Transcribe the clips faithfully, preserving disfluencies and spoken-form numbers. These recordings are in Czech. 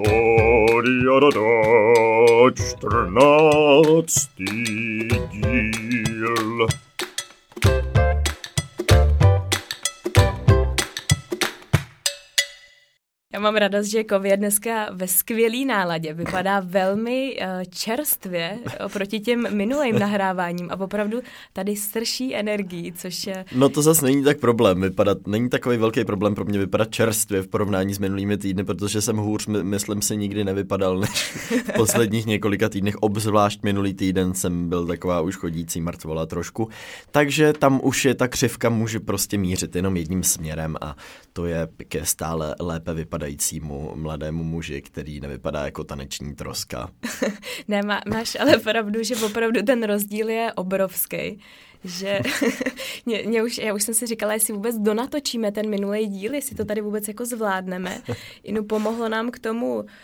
čtrnáctý díl. Já mám radost, že Kovy je dneska ve skvělý náladě. Vypadá velmi uh, čerstvě oproti těm minulým nahráváním a opravdu tady strší energii, což je... No to zase není tak problém vypadat, není takový velký problém pro mě vypadat čerstvě v porovnání s minulými týdny, protože jsem hůř, my, myslím si, nikdy nevypadal než v posledních několika týdnech, obzvlášť minulý týden jsem byl taková už chodící mrtvola trošku, takže tam už je ta křivka může prostě mířit jenom jedním směrem a to je ke stále lépe vypadat mladému muži, který nevypadá jako taneční troska. Ne, má, máš ale pravdu, že opravdu ten rozdíl je obrovský. Že mě, mě už, já už jsem si říkala, jestli vůbec donatočíme ten minulý díl, jestli to tady vůbec jako zvládneme. Inu pomohlo nám k tomu uh,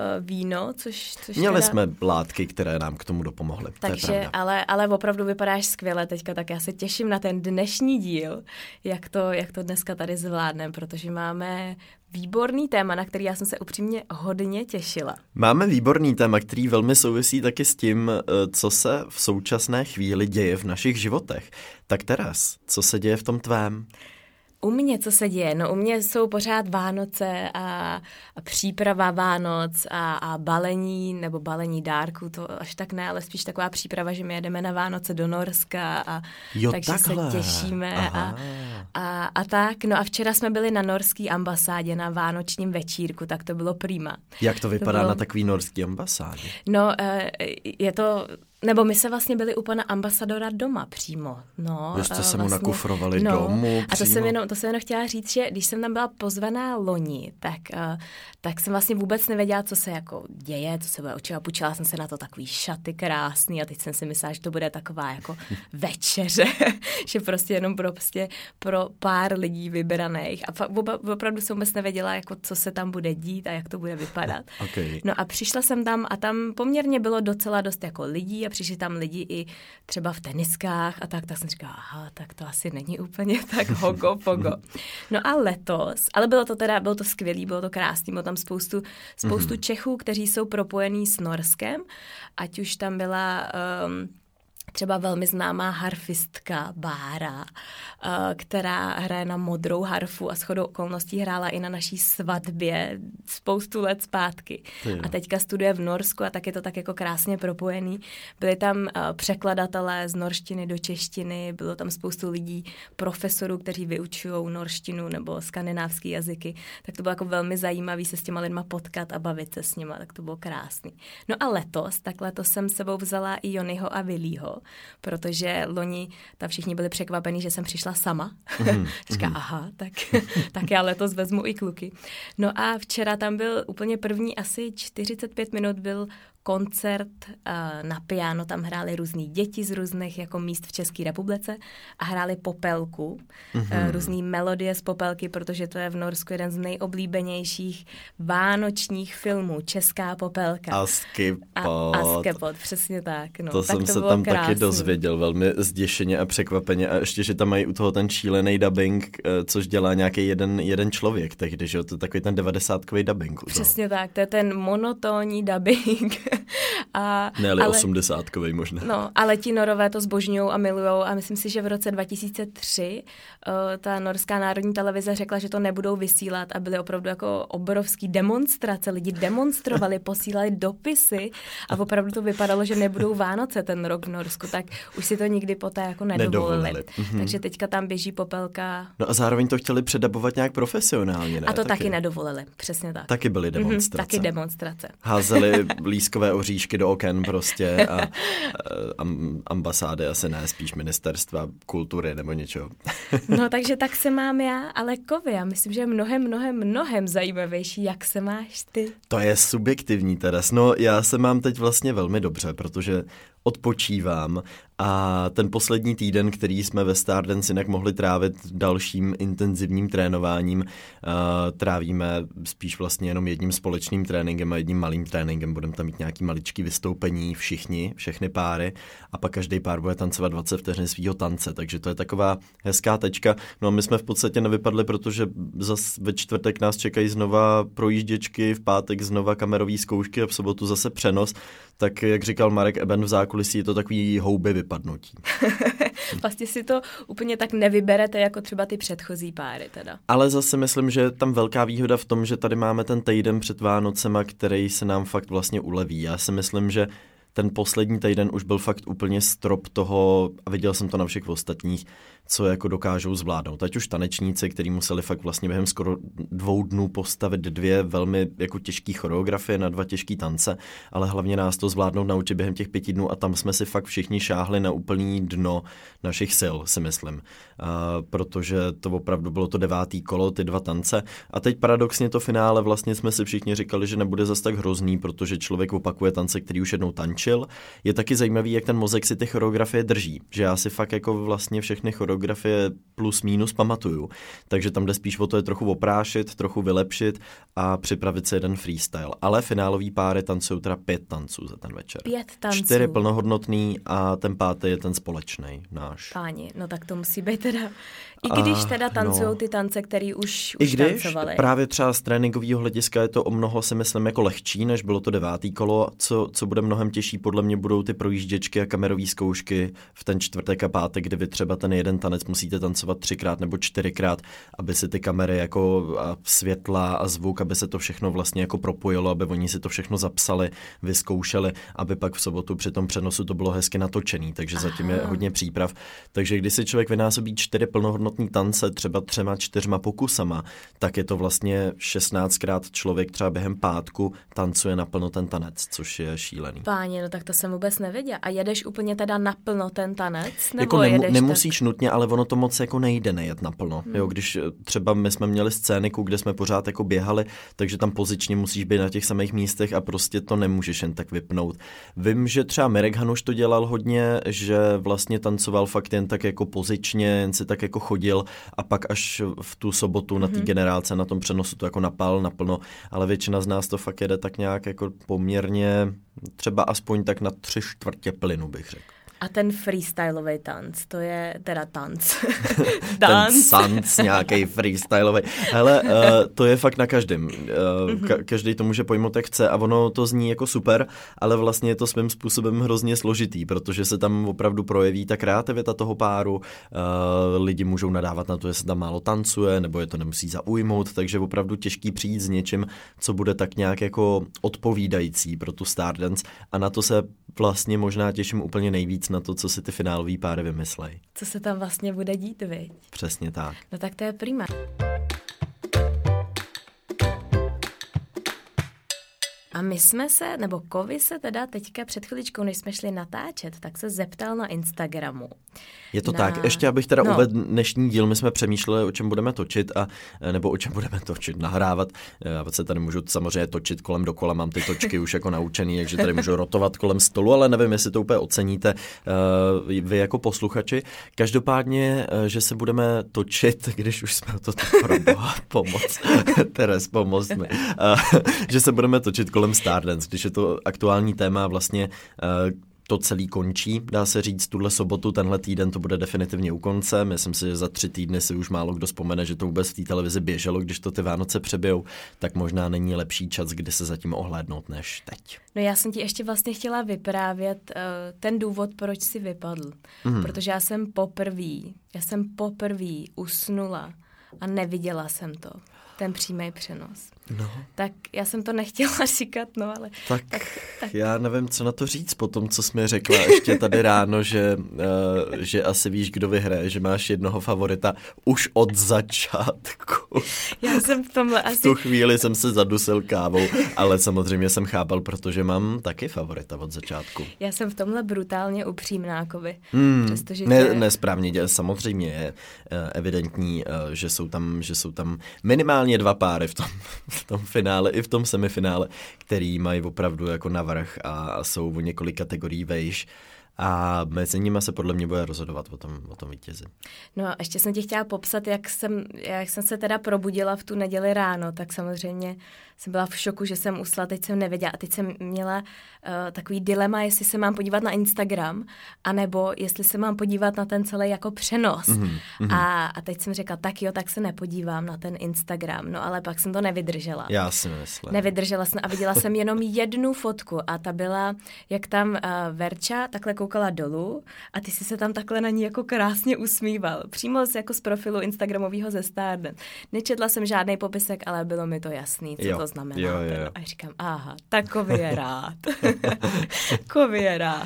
víno, což... což Měli teda... jsme látky, které nám k tomu dopomohly. Takže, ale, ale opravdu vypadáš skvěle teďka, tak já se těším na ten dnešní díl, jak to, jak to dneska tady zvládneme, protože máme výborný téma, na který já jsem se upřímně hodně těšila. Máme výborný téma, který velmi souvisí taky s tím, co se v současné chvíli děje v našich životech. Tak Teres, co se děje v tom tvém? U mě, co se děje? No u mě jsou pořád Vánoce a, a příprava Vánoc a, a balení, nebo balení dárků, to až tak ne, ale spíš taková příprava, že my jedeme na Vánoce do Norska a jo, takže takhle. se těšíme a, a, a tak. No a včera jsme byli na norské ambasádě na vánočním večírku, tak to bylo prima. Jak to vypadá to bylo... na takový norský ambasádě? No je to... Nebo my se vlastně byli u pana ambasadora doma přímo. No, Vy jste se vlastně, mu nakufrovali no, domů a to jsem, jenom, to jsem jenom chtěla říct, že když jsem tam byla pozvaná loni, tak, uh, tak jsem vlastně vůbec nevěděla, co se jako děje, co se bude učila. Počala jsem se na to takový šaty krásný a teď jsem si myslela, že to bude taková jako večeře, že prostě jenom pro, prostě pro pár lidí vybraných. A fakt, opravdu jsem vůbec nevěděla, jako, co se tam bude dít a jak to bude vypadat. Okay. No a přišla jsem tam a tam poměrně bylo docela dost jako lidí a přišli tam lidi i třeba v teniskách a tak, tak jsem říkala, aha, tak to asi není úplně tak hogo pogo. No a letos, ale bylo to teda, bylo to skvělý, bylo to krásný, bylo tam spoustu, spoustu mm-hmm. Čechů, kteří jsou propojení s Norskem, ať už tam byla... Um, třeba velmi známá harfistka Bára, která hraje na modrou harfu a shodou okolností hrála i na naší svatbě spoustu let zpátky. A teďka studuje v Norsku a tak je to tak jako krásně propojený. Byli tam překladatelé z norštiny do češtiny, bylo tam spoustu lidí, profesorů, kteří vyučují norštinu nebo skandinávský jazyky. Tak to bylo jako velmi zajímavý se s těma lidma potkat a bavit se s nima, tak to bylo krásný. No a letos, tak letos jsem s sebou vzala i Jonyho a Vilího, protože loni tam všichni byli překvapení, že jsem přišla sama. Mm, Říká, mm. aha, tak, tak já letos vezmu i kluky. No a včera tam byl úplně první asi čtyřicet pět minut byl koncert uh, na piano, tam hráli různý děti z různých jako míst v České republice a hráli popelku, mm-hmm. uh, různý melodie z popelky, protože to je v Norsku jeden z nejoblíbenějších vánočních filmů, Česká popelka. Askepot. A, Askepot, přesně tak. No. To tak jsem to se tam krásný. Taky dozvěděl velmi zděšeně a překvapeně a ještě, že tam mají u toho ten šílený dubbing, což dělá nějaký jeden, jeden člověk tehdy, že jo, to je takový ten devadesátkový dubbing. Přesně tak, to je ten monotónní dubbing. A, ne, ale osmdesátkovej možná. No, ale ti Norové to zbožňujou a milujou a myslím si, že v roce dva tisíce tři uh, ta norská národní televize řekla, že to nebudou vysílat a byly opravdu jako obrovský demonstrace. Lidi demonstrovali, posílali dopisy a opravdu to vypadalo, že nebudou Vánoce ten rok v Norsku, tak už si to nikdy poté jako nedovolili. nedovolili. Mhm. Takže teďka tam běží popelka. No a zároveň to chtěli předabovat nějak profesionálně, ne? A to taky, taky nedovolili, přesně tak. Taky byly demonstrace. Mhm, taky demonstrace. Házeli lískové oříšky do oken prostě a, a ambasády asi ne, spíš ministerstva kultury nebo něčeho. No takže tak se mám já, ale Kovy, já myslím, že je mnohem, mnohem, mnohem zajímavější, jak se máš ty. To je subjektivní, Teres. No já se mám teď vlastně velmi dobře, protože odpočívám a ten poslední týden, který jsme ve Stardance jinak mohli trávit dalším intenzivním trénováním, uh, trávíme spíš vlastně jenom jedním společným tréninkem a jedním malým tréninkem. Budeme tam mít nějaký maličký vystoupení všichni, všechny páry a pak každý pár bude tancovat dvacet vteřin svýho tance, takže to je taková hezká tečka. No a my jsme v podstatě nevypadli, protože zas ve čtvrtek nás čekají znova projížděčky, v pátek znova kamerové zkoušky a v sobotu zase přenos. Tak jak říkal Marek Eben v zákulisí, je to takový houby vypadnutí. Vlastně si to úplně tak nevyberete jako třeba ty předchozí páry teda. Ale zase myslím, že je tam velká výhoda v tom, že tady máme ten týden před Vánocema, který se nám fakt vlastně uleví. Já si myslím, že ten poslední týden už byl fakt úplně strop toho, a viděl jsem to na všech ostatních, co jako dokážou zvládnout. Ať už tanečníci, kteří museli fakt vlastně během skoro dvou dnů postavit dvě velmi jako těžké choreografie na dva těžké tance, ale hlavně nás to zvládnout naučit během těch pěti dnů a tam jsme si fakt všichni šáhli na úplný dno našich sil, si myslím. A protože to opravdu bylo to devátý kolo, ty dva tance. A teď paradoxně to finále vlastně jsme si všichni říkali, že nebude zas tak hrozný, protože člověk opakuje tance, který už jednou tančil. Je taky zajímavý, jak ten mozek si ty choreografie drží, že já si fakt jako vlastně všechny choreografie plus minus pamatuju, takže tam jde spíš o to je trochu oprášit, trochu vylepšit a připravit si jeden freestyle. Ale finálový páry tancují teda pět tanců za ten večer. Pět tanců. Čtyři plnohodnotný a ten pátý je ten společný náš. Páni, no tak to musí být teda, i když teda tancují no. ty tance, který už, I už když tancovali. Právě třeba z tréninkového hlediska je to o mnoho, si myslím, jako lehčí, než bylo to devátý kolo, co, co bude mnohem těžší, podle mě budou ty projížděčky a kamerové zkoušky v ten čtvrtek a pátek, kdy vy třeba ten jeden tanec musíte tancovat třikrát nebo čtyřikrát, aby si ty kamery jako a světla a zvuk, aby se to všechno vlastně jako propojilo, aby oni si to všechno zapsali, vyzkoušeli, aby pak v sobotu při tom přenosu to bylo hezky natočený, takže Aha. zatím je hodně příprav. Takže když si člověk vynásobí čtyři plnohodnotný tance třeba třema, čtyřma pokusama, tak je to vlastně šestnáctkrát člověk třeba během pátku tancuje naplno ten tanec, což je šílený. Páně, no tak to jsem vůbec nevěděla. A jedeš úplně teda naplno ten tanec? Nebo jako nemu, jedeš nemusíš tak... nutně, ale ono to moc jako nejde nejet naplno. Hmm. Jo, když třeba my jsme měli scéniku, kde jsme pořád jako běhali, takže tam pozičně musíš být na těch samých místech a prostě to nemůžeš jen tak vypnout. Vím, že třeba Mirek Hanuš to dělal hodně, že vlastně tancoval fakt jen tak jako pozičně, jen si tak jako chodil a pak až v tu sobotu na té hmm. generálce na tom přenosu to jako napál naplno, ale většina z nás to fakt jede tak nějak jako poměrně třeba aspoň tak na tři čtvrtě plynu, bych řekl. A ten freestylový tanc, to je teda tanc. Ten sanc nějaký freestylový. Hele, uh, to je fakt na každém. Uh, ka- každý to může pojmout, jak chce a ono to zní jako super, ale vlastně je to svým způsobem hrozně složitý, protože se tam opravdu projeví ta kreativita toho páru. Uh, lidi můžou nadávat na to, že se tam málo tancuje, nebo je to nemusí zaujmout, takže opravdu těžký přijít s něčím, co bude tak nějak jako odpovídající pro tu Stardance a na to se vlastně možná těším úplně nejvíc na to, co si ty finálový páry vymyslejí. Co se tam vlastně bude dít, viď? Přesně tak. No tak to je prima. A my jsme se, nebo Kovy se teda teďka před chviličkou, než jsme šli natáčet, tak se zeptal na Instagramu. Je to na... tak. Ještě abych teda no. uvedl dnešní díl, my jsme přemýšleli, o čem budeme točit, a nebo o čem budeme točit, nahrávat. Já se tady můžu samozřejmě točit kolem dokola, mám ty točky už jako naučený, takže tady můžu rotovat kolem stolu, ale nevím, jestli to úplně oceníte vy jako posluchači. Každopádně, že se budeme točit, když už jsme to pro boha pomoc, Teres, pomoz mi, že se budeme točit kolem Stardance, když je to aktuální téma, vlastně to celý končí, dá se říct, tuhle sobotu, tenhle týden to bude definitivně u konce. Myslím si, že za tři týdny si už málo kdo vzpomene, že to vůbec v té televizi běželo, když to ty Vánoce přebijou, tak možná není lepší čas, kdy se zatím ohlédnout než teď. No já jsem ti ještě vlastně chtěla vyprávět uh, ten důvod, proč jsi vypadl. Mm. Protože já jsem poprvý, já jsem poprvý usnula a neviděla jsem to. Ten přímý přenos. No. Tak já jsem to nechtěla říkat, no ale... Tak, tak, tak já nevím, co na to říct po tom, co jsi mi řekla ještě tady ráno, že, uh, že asi víš, kdo vyhraje, že máš jednoho favorita už od začátku. Já jsem v tomhle asi... V tu chvíli jsem se zadusil kávou, ale samozřejmě jsem chápal, protože mám taky favorita od začátku. Já jsem v tomhle brutálně upřímná, Kovy. Hmm, Přestože ne, tě... nesprávně, samozřejmě je uh, evidentní, uh, že jsou tam, že jsou tam minimálně dva páry v tom, v v tom finále i v tom semifinále, který mají opravdu jako navrch a jsou o několik kategorií vejš. A mezi nimi se podle mě bude rozhodovat o tom, o tom vítězi. No a ještě jsem ti chtěla popsat, jak jsem, jak jsem se teda probudila v tu neděli ráno, tak samozřejmě jsem byla v šoku, že jsem usla, teď jsem nevěděla a teď jsem měla uh, takový dilema, jestli se mám podívat na Instagram, anebo jestli se mám podívat na ten celý jako přenos. Mm-hmm. A, a teď jsem řekla, tak jo, tak se nepodívám na ten Instagram, no ale pak jsem to nevydržela. Já si myslím. Nevydržela jsem a viděla jsem jenom jednu fotku a ta byla, jak tam uh, Verča takhle koukala dolů a ty jsi se tam takhle na ní jako krásně usmíval. Přímo z, jako z profilu Instagramového ze Stardance. Nečetla jsem žádný popisek, ale bylo mi to jasný, co jo. to znamená. Jo, jo, jo. A říkám, aha, takový je rád. Takový je rád.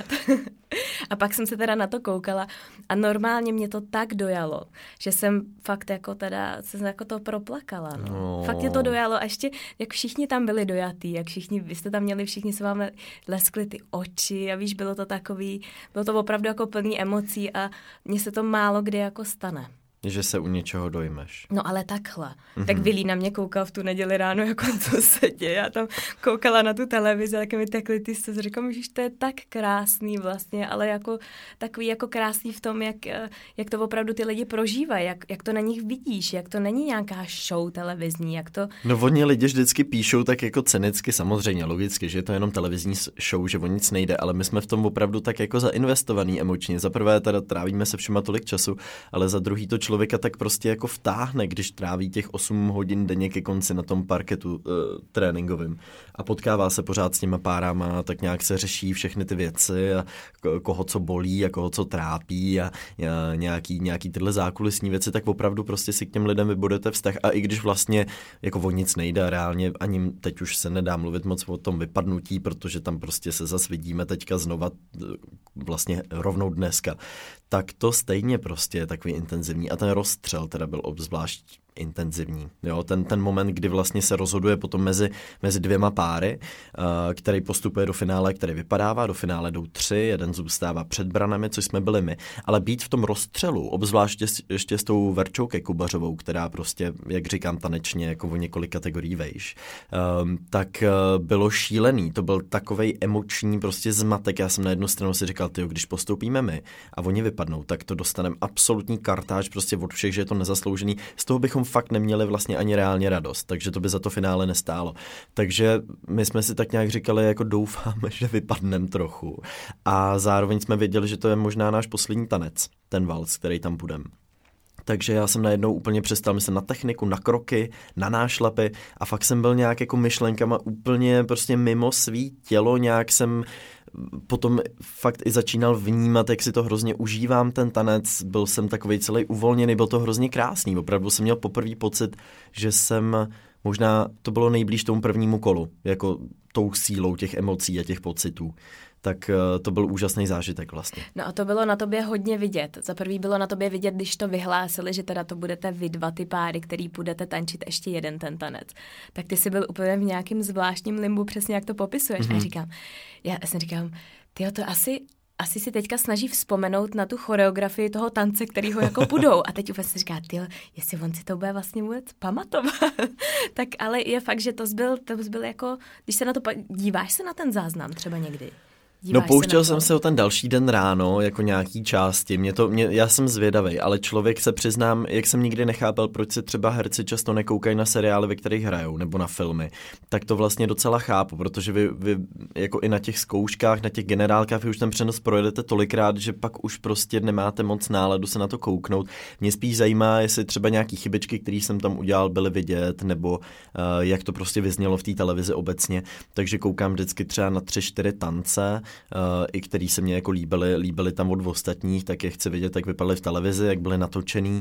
A pak jsem se teda na to koukala a normálně mě to tak dojalo, že jsem fakt jako teda jsem jako to proplakala. No. No. Fakt mě to dojalo a ještě jak všichni tam byli dojatý, jak všichni, vy jste tam měli, všichni se vám leskli ty oči a víš, bylo to takový, bylo to opravdu jako plný emocí a mně se to málo kdy jako stane. Že se u něčeho dojmeš. No ale takhle. Mm-hmm. Tak Vilí na mě koukal v tu neděli ráno, jako co se děje. Já tam koukala na tu televizi, tak mi tekly ty slzy. Říkám, že to je tak krásný vlastně, ale jako takový jako krásný v tom, jak, jak to opravdu ty lidi prožívají, jak, jak to na nich vidíš, jak to není nějaká show televizní, jak to... No oni lidi vždycky píšou tak jako cynicky, samozřejmě, logicky, že je to jenom televizní show, že o nic nejde, ale my jsme v tom opravdu tak jako zainvestovaný emočně. Za prvé teda trávíme se všema tolik času, ale za druhý to člověka tak prostě jako vtáhne, když tráví těch osm hodin denně ke konci na tom parketu uh, tréninkovým a potkává se pořád s těma párama, tak nějak se řeší všechny ty věci a koho co bolí a koho co trápí a, a nějaký, nějaký tyhle zákulisní věci, tak opravdu prostě si k těm lidem vybudete vztah a i když vlastně jako o nic nejde, reálně ani teď už se nedá mluvit moc o tom vypadnutí, protože tam prostě se zas vidíme teďka znova vlastně rovnou dneska, tak to stejně prostě je takový intenzivní a ten rozstřel teda byl obzvlášť intenzivní. Jo, ten, ten moment, kdy vlastně se rozhoduje potom mezi, mezi dvěma páry, uh, který postupuje do finále, který vypadává, do finále jdou tři, jeden zůstává před branami, což jsme byli my, ale být v tom rozstřelu, obzvláště ještě s tou Verčou Kekubařovou, která prostě, jak říkám, tanečně jako o několik kategorií vejš, um, tak uh, bylo šílený, to byl takovej emoční prostě zmatek, já jsem na jednu stranu si říkal, tyjo, když postoupíme my a oni vypadnou, tak to dostaneme absolutní kartáž prostě od všech, že je to nezasloužený, z toho bychom fakt neměli vlastně ani reálně radost, takže to by za to finále nestálo. Takže my jsme si tak nějak říkali, jako doufáme, že vypadneme trochu. A zároveň jsme věděli, že to je možná náš poslední tanec, ten vals, který tam půjdeme. Takže já jsem najednou úplně přestal myslet na techniku, na kroky, na nášlapy a fakt jsem byl nějak jako myšlenkama úplně prostě mimo svý tělo, nějak jsem potom fakt i začínal vnímat, jak si to hrozně užívám ten tanec, byl jsem takovej celý uvolněný, byl to hrozně krásný, opravdu jsem měl poprvý pocit, že jsem možná, to bylo nejblíž tomu prvnímu kolu, jako tou sílou těch emocí a těch pocitů. Tak to byl úžasný zážitek vlastně. No a to bylo na tobě hodně vidět. Za prvý bylo na tobě vidět, když to vyhlásili, že teda to budete vy dva ty páry, který budete tančit ještě jeden ten tanec. Tak ty jsi byl úplně v nějakým zvláštním limbu, přesně jak to popisuješ. Mm-hmm. A říkám, já jsem říkám, tyjo, to asi... Asi si teďka snaží vzpomenout na tu choreografii toho tance, který ho jako půjdou. A teď úplně si říká, tyjo, jestli on si to bude vlastně vůbec pamatovat. Tak ale je fakt, že to byl, to byl jako, když se na to díváš se na ten záznam třeba někdy. Díváš no pouštěl se jsem se o ten další den ráno, jako nějaký části, mě to, mě, já jsem zvědavej, ale člověk se přiznám, jak jsem nikdy nechápal, proč se třeba herci často nekoukají na seriály, ve kterých hrajou, nebo na filmy, tak to vlastně docela chápu, protože vy, vy jako i na těch zkouškách, na těch generálkách, vy už ten přenos projedete tolikrát, že pak už prostě nemáte moc náladu se na to kouknout. Mě spíš zajímá, jestli třeba nějaký chybičky, které jsem tam udělal, byly vidět, nebo uh, jak to prostě vyznělo v té televizi obecně, takže koukám vždycky třeba na tři, čtyři tance, Uh, i který se mě jako líbily, líbily tam od ostatních, tak je chci vidět, jak vypadaly v televizi, jak byly natočený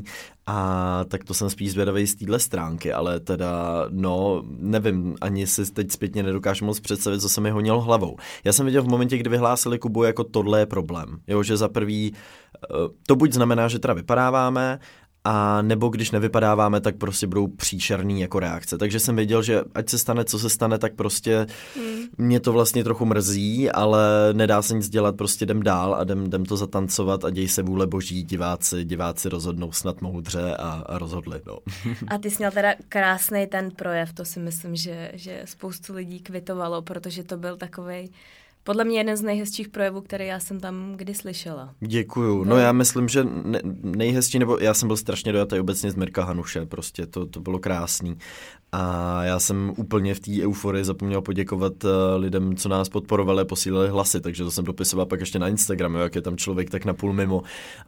a tak to jsem spíš zvědavý z téhle stránky, ale teda, no, nevím, ani si teď zpětně nedokážu moc představit, co se mi honilo hlavou. Já jsem viděl v momentě, kdy vyhlásili Kubu, jako tohle je problém, jo, že za prvý uh, to buď znamená, že teda vypadáváme, a nebo když nevypadáváme, tak prostě budou příšerný jako reakce. Takže jsem věděl, že ať se stane, co se stane, tak prostě hmm. mě to vlastně trochu mrzí, ale nedá se nic dělat, prostě jdem dál a jdem, jdem to zatancovat a děj se vůle boží, diváci, diváci rozhodnou snad moudře a, a rozhodli. No. A ty jsi měl teda krásný ten projev, to si myslím, že, že spoustu lidí kvitovalo, protože to byl takovej podle mě jeden z nejhezčích projevů, který já jsem tam kdy slyšela. Děkuju. No já myslím, že ne, nejhezčí, nebo já jsem byl strašně dojatý obecně z Mirka Hanuše, prostě to, to bylo krásný. A já jsem úplně v té euforii zapomněl poděkovat lidem, co nás podporovali a posílali hlasy, takže to jsem dopisoval pak ještě na Instagramu, jak je tam člověk tak napůl mimo,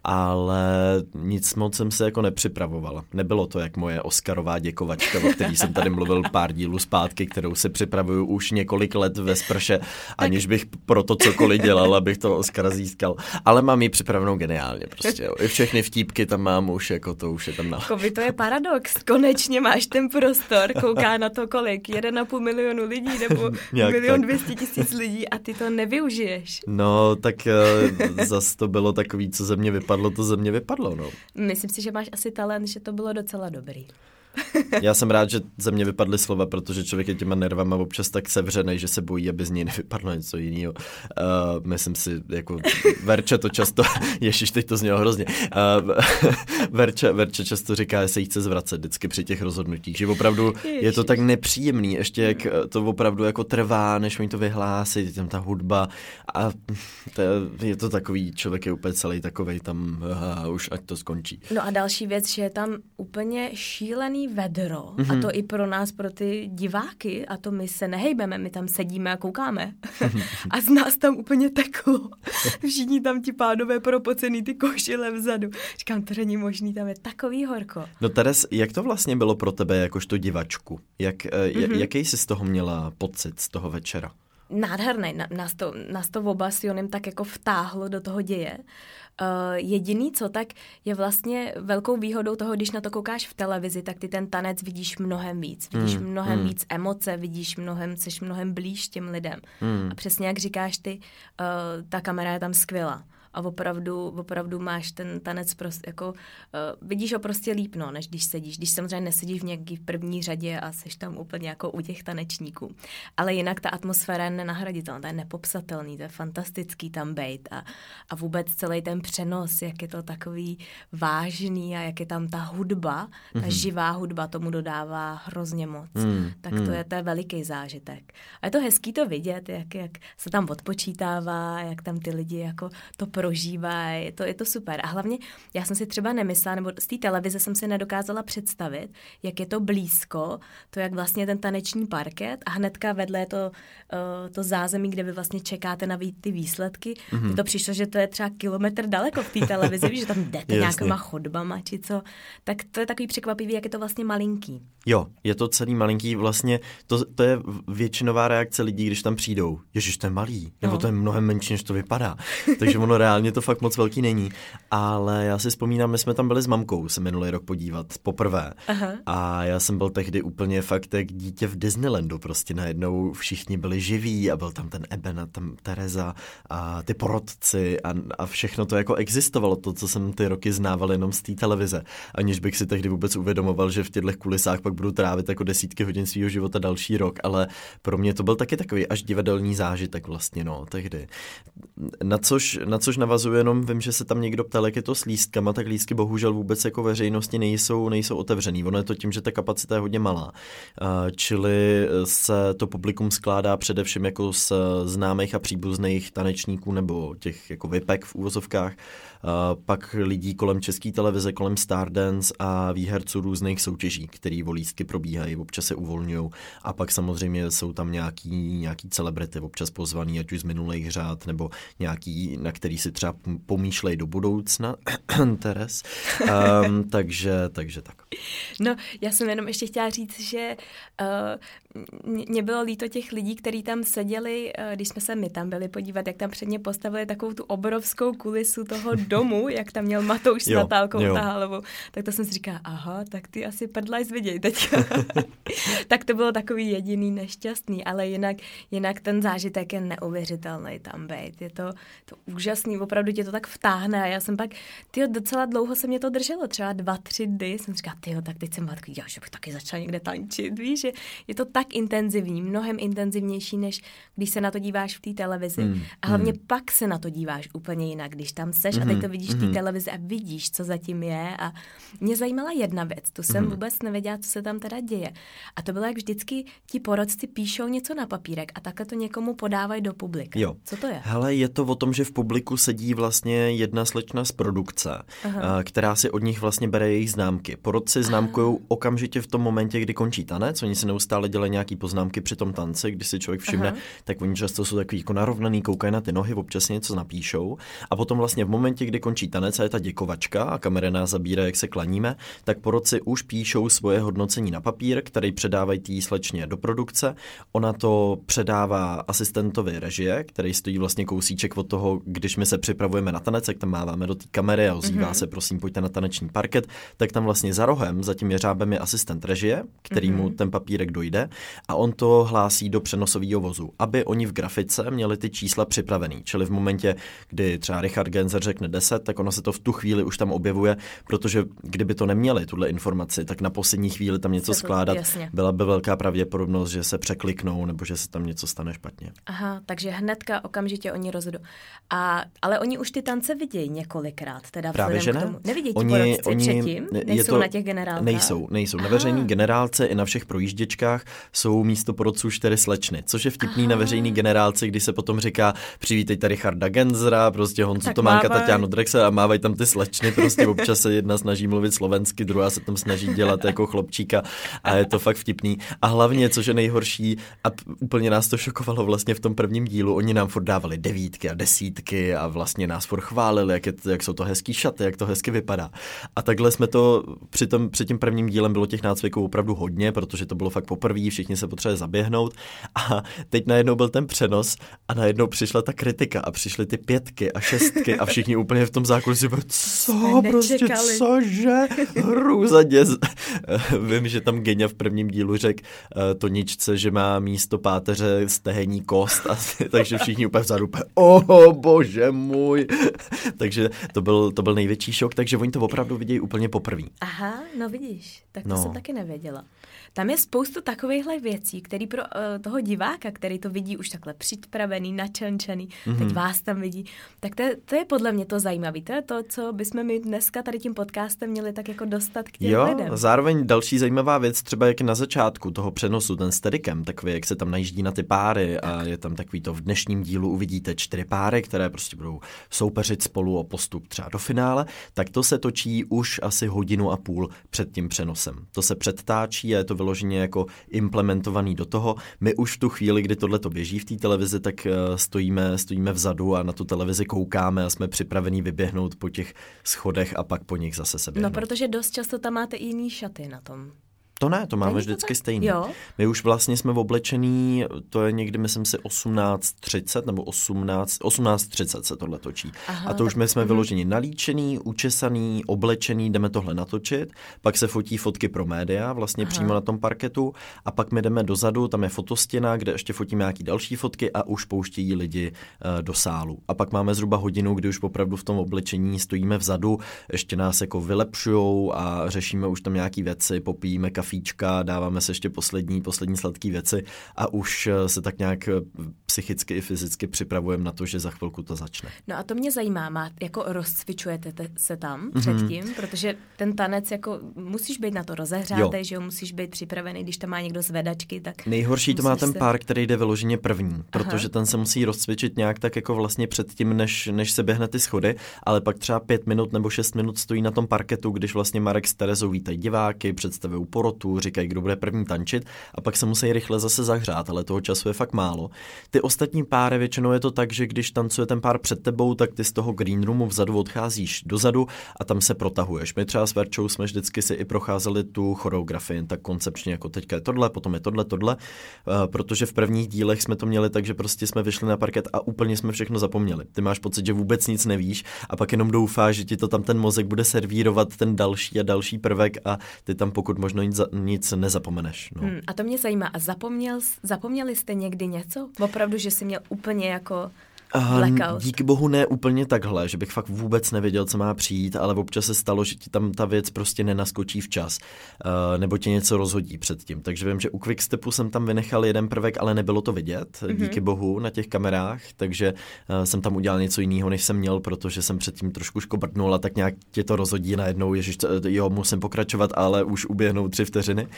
ale nic moc jsem se jako nepřipravoval. Nebylo to jak moje Oscarová děkovačka, o který jsem tady mluvil pár dílů zpátky, kterou se připravuju už několik let ve sprše, aniž bych pro to cokoliv dělal, abych to Oscara získal. Ale mám ji připravenou geniálně prostě. Jo. I všechny vtípky tam mám už, jako to už je tam na... Kovi, to je paradox. Konečně máš ten prostor, kouká na to kolik? Jeden a půl milionu lidí nebo milion dvěstě tisíc lidí a ty to nevyužiješ. No, tak uh, zas to bylo takový, co ze mě vypadlo, to ze mě vypadlo, no. Myslím si, že máš asi talent, že to bylo docela dobrý. Já jsem rád, že ze mě vypadly slova, protože člověk je těma nervama občas tak sevřenej, že se bojí, aby z něj nevypadlo něco jiného. Uh, myslím si, jako Verča to často, ježiš, teď to znělo hrozně, uh, Verča, Verča často říká, že se jí chce zvracet vždycky při těch rozhodnutích, že opravdu ježiš. Je to tak nepříjemný, ještě jak to opravdu jako trvá, než oni to vyhlásí, tam ta hudba a to je, je to takový, člověk je úplně celý takovej tam, uh, už ať to skončí. No a další věc, že je tam úplně šílený vedro mm-hmm. a to i pro nás, pro ty diváky a to my se nehejbeme, my tam sedíme a koukáme a z nás tam úplně teklo. Všichni tam ti pánové propocený ty košile vzadu. Říkám, to není možný, tam je takový horko. No Teres, jak to vlastně bylo pro tebe jakožto divačku? Jak, mm-hmm. jaký jsi z toho měla pocit z toho večera? Nádherný, nás to, nás to oba s Jonem tak jako vtáhlo do toho děje. Uh, jediný co, tak je vlastně velkou výhodou toho, když na to koukáš v televizi, tak ty ten tanec vidíš mnohem víc. Vidíš mm, mnohem mm. víc emoce, vidíš mnohem, seš mnohem blíž těm lidem. Mm. A přesně jak říkáš ty, uh, ta kamera je tam skvělá. A opravdu, opravdu máš ten tanec prostě jako, uh, vidíš ho prostě líp, no, než když sedíš. Když samozřejmě nesedíš v nějaký v první řadě a seš tam úplně jako u těch tanečníků. Ale jinak ta atmosféra je nenahraditelná, to je nepopsatelný, to je fantastický tam bejt a, a vůbec celý ten přenos, jak je to takový vážný a jak je tam ta hudba, ta mm-hmm. živá hudba tomu dodává hrozně moc. Mm, tak to mm. je, to je veliký zážitek. A je to hezký to vidět, jak, jak se tam odpočítává, jak tam ty lidi jako to prožívají, je to, je to super. A hlavně já jsem si třeba nemyslela, nebo z té televize jsem si nedokázala představit, jak je to blízko, to jak vlastně ten taneční parket a hnedka vedle je to, uh, to zázemí, kde vy vlastně čekáte na ty výsledky. Mm-hmm. To přišlo, že to je třeba kilometr daleko v té televizi, že tam jdete nějakýma chodbama či co. Tak to je takový překvapivý, jak je to vlastně malinký. Jo, je to celý malinký, vlastně to, to je většinová reakce lidí, když tam přijdou. Ježiš, to je malý, nebo no. to je mnohem menší, než to vypadá. Takže ono reálně to fakt moc velký není. Ale já si vzpomínám, my jsme tam byli s mamkou se minulý rok podívat poprvé. Aha. A já jsem byl tehdy úplně fakt jak dítě v Disneylandu. Prostě najednou všichni byli živí a byl tam ten Eben a tam Tereza a ty porodci a, a všechno to jako existovalo, to, co jsem ty roky znával jenom z té televize. Aniž bych si tehdy vůbec uvědomoval, že v těchto kulisách pak budu trávit jako desítky hodin svýho života další rok, ale pro mě to byl taky takový až divadelní zážitek vlastně, no, tehdy. Na což, na což navazuji jenom, vím, že se tam někdo ptal, jak je to s lístkama, tak lístky bohužel vůbec jako veřejnosti nejsou, nejsou otevřený. Ono je to tím, že ta kapacita je hodně malá. Čili se to publikum skládá především jako z známých a příbuzných tanečníků nebo těch jako vipek v úvozovkách. Pak lidí kolem České televize, kolem Stardance a výherců různých soutěží, který o lístky probíhají, občas se uvolňují. A pak samozřejmě jsou tam nějaký, nějaký celebrity, občas pozvaný, ať už z minulých řád, nebo nějaký, na který si třeba pomýšlej do budoucna, Teres. Um, takže, takže tak. No, já jsem jenom ještě chtěla říct, že uh, mě bylo líto těch lidí, kteří tam seděli, uh, když jsme se my tam byli podívat, jak tam před ně postavili takovou tu obrovskou kulisu toho domů, jak tam měl Matouš s Jo, Natálkou jo. Tahalovou, tak to jsem si říkala, aha, tak ty asi prdlajs viděj teďka. Tak to bylo takový jediný nešťastný, ale jinak, jinak ten zážitek je neuvěřitelný tam být. Je to, to úžasný, opravdu tě to tak vtáhne a já jsem pak, tyjo, docela dlouho se mě to drželo, třeba dva, tři dny, jsem říkala, tyjo, tak teď jsem byla takový, já, že bych taky začala někde tančit, víš, že je to tak intenzivní, mnohem intenzivnější, než když se na to díváš v té televizi. Mm, a hlavně mm. pak se na to díváš úplně jinak, když tam seš mm, a teď to vidíš v té televizi a vidíš, co zatím je. A mě zajímala jedna věc, tu jsem mm. vůbec nevěděla, co se tam teda děje. A to bylo, jak vždycky ti porotci píšou něco na papírek a takhle to někomu podávají do publika. Jo. Co to je? Hele, je to o tom, že v publiku sedí vlastně jedna slečna z produkce, Aha. která si od nich vlastně bere jejich známky. Porotci známkujou okamžitě v tom momentě, kdy končí tanec, oni si neustále dělají nějaký poznámky při tom tanci, když si člověk všimne, Aha. tak oni často jsou takový jako narovnaný, koukají na ty nohy, občas něco napíšou a potom vlastně v momentě, kdy končí tanec a je ta děkovačka a kamera nás zabírá, jak se klaníme, tak porotci už píšou svoje hodnocení na papír, který předávají té slečně do produkce. Ona to předává asistentovi režie, který stojí vlastně kousíček od toho, když my se připravujeme na tanec, jak tam máváme do té kamery a ozývá mm-hmm. se, prosím, pojďte na taneční parket, tak tam vlastně za rohem, za tím jeřábem je asistent režie, který mu mm-hmm. ten papírek dojde a on to hlásí do přenosového vozu, aby oni v grafice měli ty čísla připravený. Čili v momentě, kdy třeba Richard Genzer řekne deset, tak ono se to v tu chvíli už tam objevuje, protože kdyby to neměli, tuhle informaci, tak na poslední chvíli tam něco skládat, jasně. byla by velká pravděpodobnost, že se překliknou nebo že se tam něco stane špatně. Aha, takže hnedka okamžitě oni rozhodou. A, ale oni už ty tance vidějí několikrát, teda právě že ne? K tomu. Nevidějí ti oni, porodci oni, předtím? Nejsou to, na těch generálkách? Nejsou, nejsou. Aha. Na veřejný generálce i na všech projížděčkách jsou místo porodců čtyři slečny, což je vtipný Aha. na veřejný generálce, když se potom říká přivítejte Richarda Genzera, prostě Honzu Tománka, Tatianu Drexel a mávají tam ty slečny, prostě občas se jedna snaží mluvit slovensky, druhá se tam snaží dělat jako chlopčíka a je to fakt vtipný. A hlavně, což je nejhorší a úplně nás to šokovalo vlastně v tom prvním dílu, oni nám furt dávali devítky a desítky a vlastně nás furt chválili, jak, je, jak jsou to hezký šaty, jak to hezky vypadá. A takhle jsme to, při, tom, při tím prvním dílem bylo těch nácviků opravdu hodně, protože to bylo fakt poprvé, všichni se potřebovali zaběhnout a teď najednou byl ten přenos a najednou přišla ta kritika a přišly ty pětky a šestky a všichni úplně v tom zákulisí byli, co prostě, cože, hrůza děz. Vím, že tam Genia v prvním dílu řekl uh, Toničce, že má místo páteře stehenní kost, a, takže všichni úplně vzadu úplně, oh, bože můj. Takže to byl, to byl největší šok, takže oni to opravdu vidějí úplně poprvé. Aha, no vidíš, tak to no. jsem taky nevěděla. Tam je spoustu takovýchhle věcí, který pro uh, toho diváka, který to vidí už takhle připravený, načančaný, mm-hmm. teď vás tam vidí, tak to, to je podle mě to zajímavé. To je to, co bychom my dneska tady tím podcastem měli tak jako dostat k těm jo, lidem. Zároveň další zajímavá věc, třeba jak na začátku toho přenosu, ten steadicam, takový, jak se tam najíždí na ty páry tak. a je tam takový to v dnešním dílu uvidíte čtyři páry, které prostě budou soupeřit spolu o postup třeba do finále, tak to se točí už asi hodinu a půl před tím přenosem. To se předtáčí a je to vyloženě jako implementovaný do toho. My už v tu chvíli, kdy tohle to běží v té televizi, tak stojíme, stojíme vzadu a na tu televizi koukáme a jsme připravení vyběhnout po těch schodech a pak po nich zase se běhnout. No, protože dost často tam máte i jiný šaty na tom. To ne, to máme Není vždycky to stejný. Jo? My už vlastně jsme oblečený, to je někdy, myslím si, osmnáct třicet nebo osmnáct, osmnáct třicet se tohle točí. Aha, a to už my jsme mm. vyloženi nalíčený, učesaný, oblečený, jdeme tohle natočit, pak se fotí fotky pro média, vlastně Aha. přímo na tom parketu a pak my jdeme dozadu, tam je fotostěna, kde ještě fotíme nějaký další fotky a už pouštějí lidi uh, do sálu. A pak máme zhruba hodinu, kdy už opravdu v tom oblečení stojíme vzadu, ještě nás jako vylepšujou a řešíme už tam nějaký věci, popijíme kafe, fíčka, dáváme se ještě poslední, poslední sladké věci a už se tak nějak psychicky i fyzicky připravujeme na to, že za chvilku to začne. No a to mě zajímá, má, jako rozcvičujete te, se tam mm-hmm. předtím, protože ten tanec jako musíš být na to rozehřátej, že jo, musíš být připravený, když tam má někdo zvedačky, tak nejhorší to má ten se... pár, který jde vyloženě první, protože Aha. ten se musí rozcvičit nějak tak jako vlastně předtím, než, než se běhne ty schody, ale pak třeba pět minut nebo šest minut stojí na tom parketu, když vlastně Marek s Terezou vítají diváky, představují porod spotu, říkají, kdo bude první tančit a pak se musí rychle zase zahřát, ale toho času je fakt málo. Ty ostatní páry většinou je to tak, že když tancuje ten pár před tebou, tak ty z toho green roomu vzadu odcházíš dozadu a tam se protahuješ. My třeba s Verčou jsme vždycky si i procházeli tu choreografii, tak koncepčně jako teďka je tohle, potom je tohle, tohle, protože v prvních dílech jsme to měli tak, že prostě jsme vyšli na parket a úplně jsme všechno zapomněli. Ty máš pocit, že vůbec nic nevíš a pak jenom doufáš, že ti to tam ten mozek bude servírovat ten další a další prvek a ty tam pokud možno nic, nic nezapomeneš. No. Hmm, a to mě zajímá. A zapomněl, zapomněli jste někdy něco? Opravdu, že jsi měl úplně jako blackout? Díky bohu ne úplně takhle, že bych fakt vůbec nevěděl, co má přijít, ale občas se stalo, že ti tam ta věc prostě nenaskočí včas, uh, nebo ti něco rozhodí předtím. Takže vím, že u Quickstepu jsem tam vynechal jeden prvek, ale nebylo to vidět, mm-hmm. díky bohu, na těch kamerách, takže uh, jsem tam udělal něco jiného, než jsem měl, protože jsem předtím trošku škobrdnul a tak nějak tě to rozhodí najednou, ježiš, jo, musím pokračovat, ale už uběhnou tři vteřiny.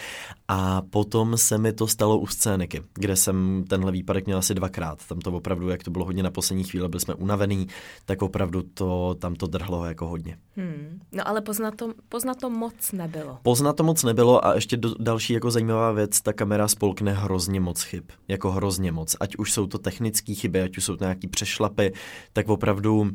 A potom se mi to stalo u scéniky, kde jsem tenhle výpadek měl asi dvakrát. Tam to opravdu, jak to bylo hodně na poslední chvíli, byli jsme unavený, tak opravdu to, tam to drhlo jako hodně. Hmm. No ale poznat to, poznat to moc nebylo. Poznat to moc nebylo a ještě do, další jako zajímavá věc, ta kamera spolkne hrozně moc chyb. Jako hrozně moc. Ať už jsou to technické chyby, ať už jsou to nějaký přešlapy, tak opravdu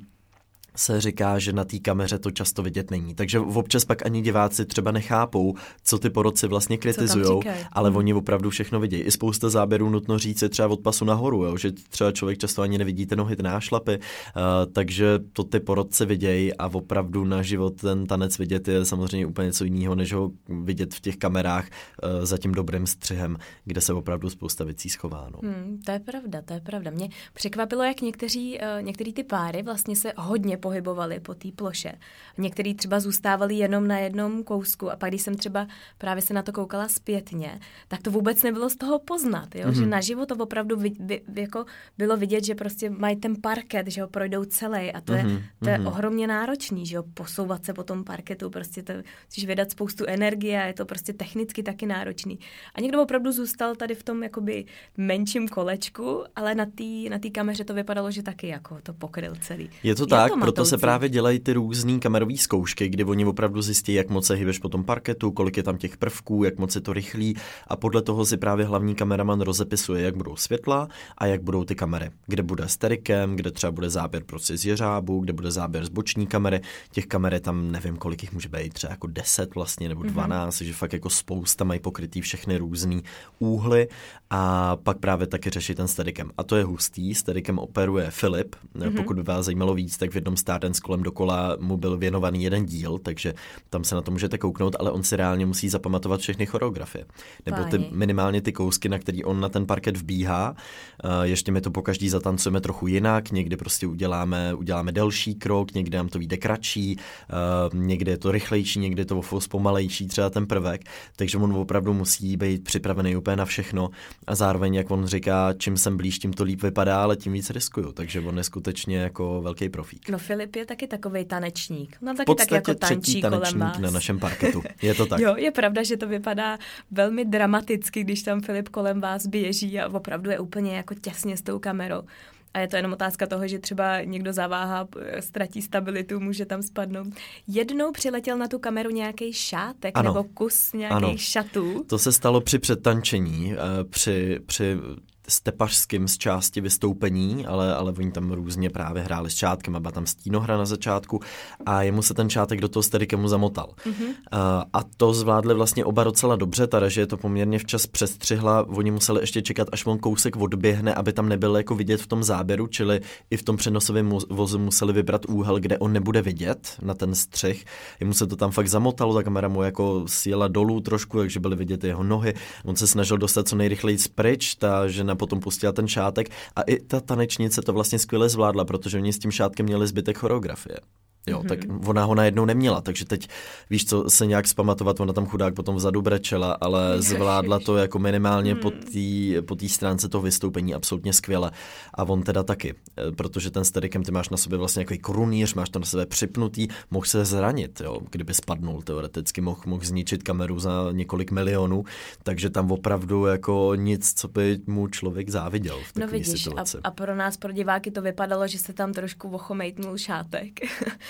se říká, že na té kameře to často vidět není. Takže občas pak ani diváci třeba nechápou, co ty porotci vlastně kritizujou, ale hmm. oni opravdu všechno vidějí. I spousta záběrů, nutno říct, je třeba od pasu nahoru, jo? Že třeba člověk často ani nevidí ty nohy, ty nášlapy, uh, takže to ty porotci vidějí a opravdu na život ten tanec vidět je samozřejmě úplně něco jiného, než ho vidět v těch kamerách uh, za tím dobrým střihem, kde se opravdu spousta věcí schová. No. Hmm, to je pravda, to je pravda. Mě překvapilo, jak někteří, uh, některý ty páry vlastně se hodně pohybovali po té ploše. Některý třeba zůstávali jenom na jednom kousku a pak, když jsem třeba právě se na to koukala zpětně, tak to vůbec nebylo z toho poznat, jo? Mm-hmm. Že naživo to opravdu vy, vy, jako bylo vidět, že prostě mají ten parket, že ho projdou celý a to je, mm-hmm. to je ohromně náročný, že jo, posouvat se po tom parketu, prostě to musíš vydat spoustu energie a je to prostě technicky taky náročný. A někdo opravdu zůstal tady v tom jakoby menším kolečku, ale na té na té kameře to vypadalo, že taky jako to pokryl celý. Je to je tak, to proto se právě dělají ty různý kamerové zkoušky, kdy oni opravdu zjistí, jak moc se hýbeš po tom parketu, kolik je tam těch prvků, jak moc je to rychlý a podle toho si právě hlavní kameraman rozepisuje, jak budou světla a jak budou ty kamery. Kde bude sterikem, kde třeba bude záběr prostě z jeřábu, kde bude záběr z boční kamery. Těch kamer je tam nevím, kolik jich může být, třeba jako deset vlastně nebo dvanáct, mm-hmm. že fakt jako spousta mají pokrytý všechny různý úhly a pak právě taky řeší ten sterikem. A to je hustý, sterikem operuje Filip. Mm-hmm. Pokud by vás zajímalo víc, tak v jednom Stardance kolem dokola mu byl věnovaný jeden díl, takže tam se na to můžete kouknout, ale on si reálně musí zapamatovat všechny choreografie. Nebo ty, minimálně ty kousky, na který on na ten parket vbíhá. Uh, ještě my to pokaždý zatancujeme trochu jinak, někdy prostě uděláme, uděláme delší krok, někdy nám to vyjde kratší, uh, někdy je to rychlejší, někdy je to zpomalejší třeba ten prvek, takže on opravdu musí být připravený úplně na všechno a zároveň, jak on říká, čím jsem blíž, tím to líp vypadá, ale tím víc riskuju, takže on je skutečně jako velký profík. No Filip je taky takovej tanečník. No taky tak jako tančí kolem vás. Na našem parketu. Je to tak. Jo, je pravda, že to vypadá velmi dramaticky, když tam Filip kolem vás běží a opravdu je úplně jako těsně s tou kamerou. A je to jenom otázka toho, že třeba někdo zaváhá, ztratí stabilitu, může tam spadnout. Jednou přiletěl na tu kameru nějaký šátek ano. nebo kus nějakých šatů. To se stalo při předtančení, při, při stepařským z části vystoupení, ale, ale oni tam různě právě hráli s šátkem a byla tam stínohra na začátku a jemu se ten šátek do toho sterikemu zamotal. Mm-hmm. A, a to zvládli vlastně oba docela dobře, ta režie to poměrně včas přestřihla, oni museli ještě čekat, až on kousek odběhne, aby tam nebyl jako vidět v tom záběru, čili i v tom přenosovém vozu museli vybrat úhel, kde on nebude vidět na ten střih. Jemu se to tam fakt zamotalo, ta kamera mu jako sjela dolů trošku, takže byly vidět jeho nohy. On se snažil dostat co nejrychleji pryč, ta žena potom pustila ten šátek a i ta tanečnice to vlastně skvěle zvládla, protože oni s tím šátkem měli zbytek choreografie. Jo, mm-hmm. tak ona ho najednou neměla, takže teď víš co, se nějak zpamatovat, ona tam chudák potom vzadu brečela, ale zvládla to jako minimálně mm. po té po té stránce toho vystoupení absolutně skvěle. A on teda taky, protože ten sterikem ty máš na sobě vlastně jako korunýř, máš to na sebe připnutý, mohl se zranit, jo, kdyby spadnul teoreticky, mohl, mohl zničit kameru za několik milionů, takže tam opravdu jako nic, co by mu člověk záviděl v takové no vidíš, situaci. A, a pro nás, pro diváky to vypadalo, že se tam trošku ochomejtnul šátek.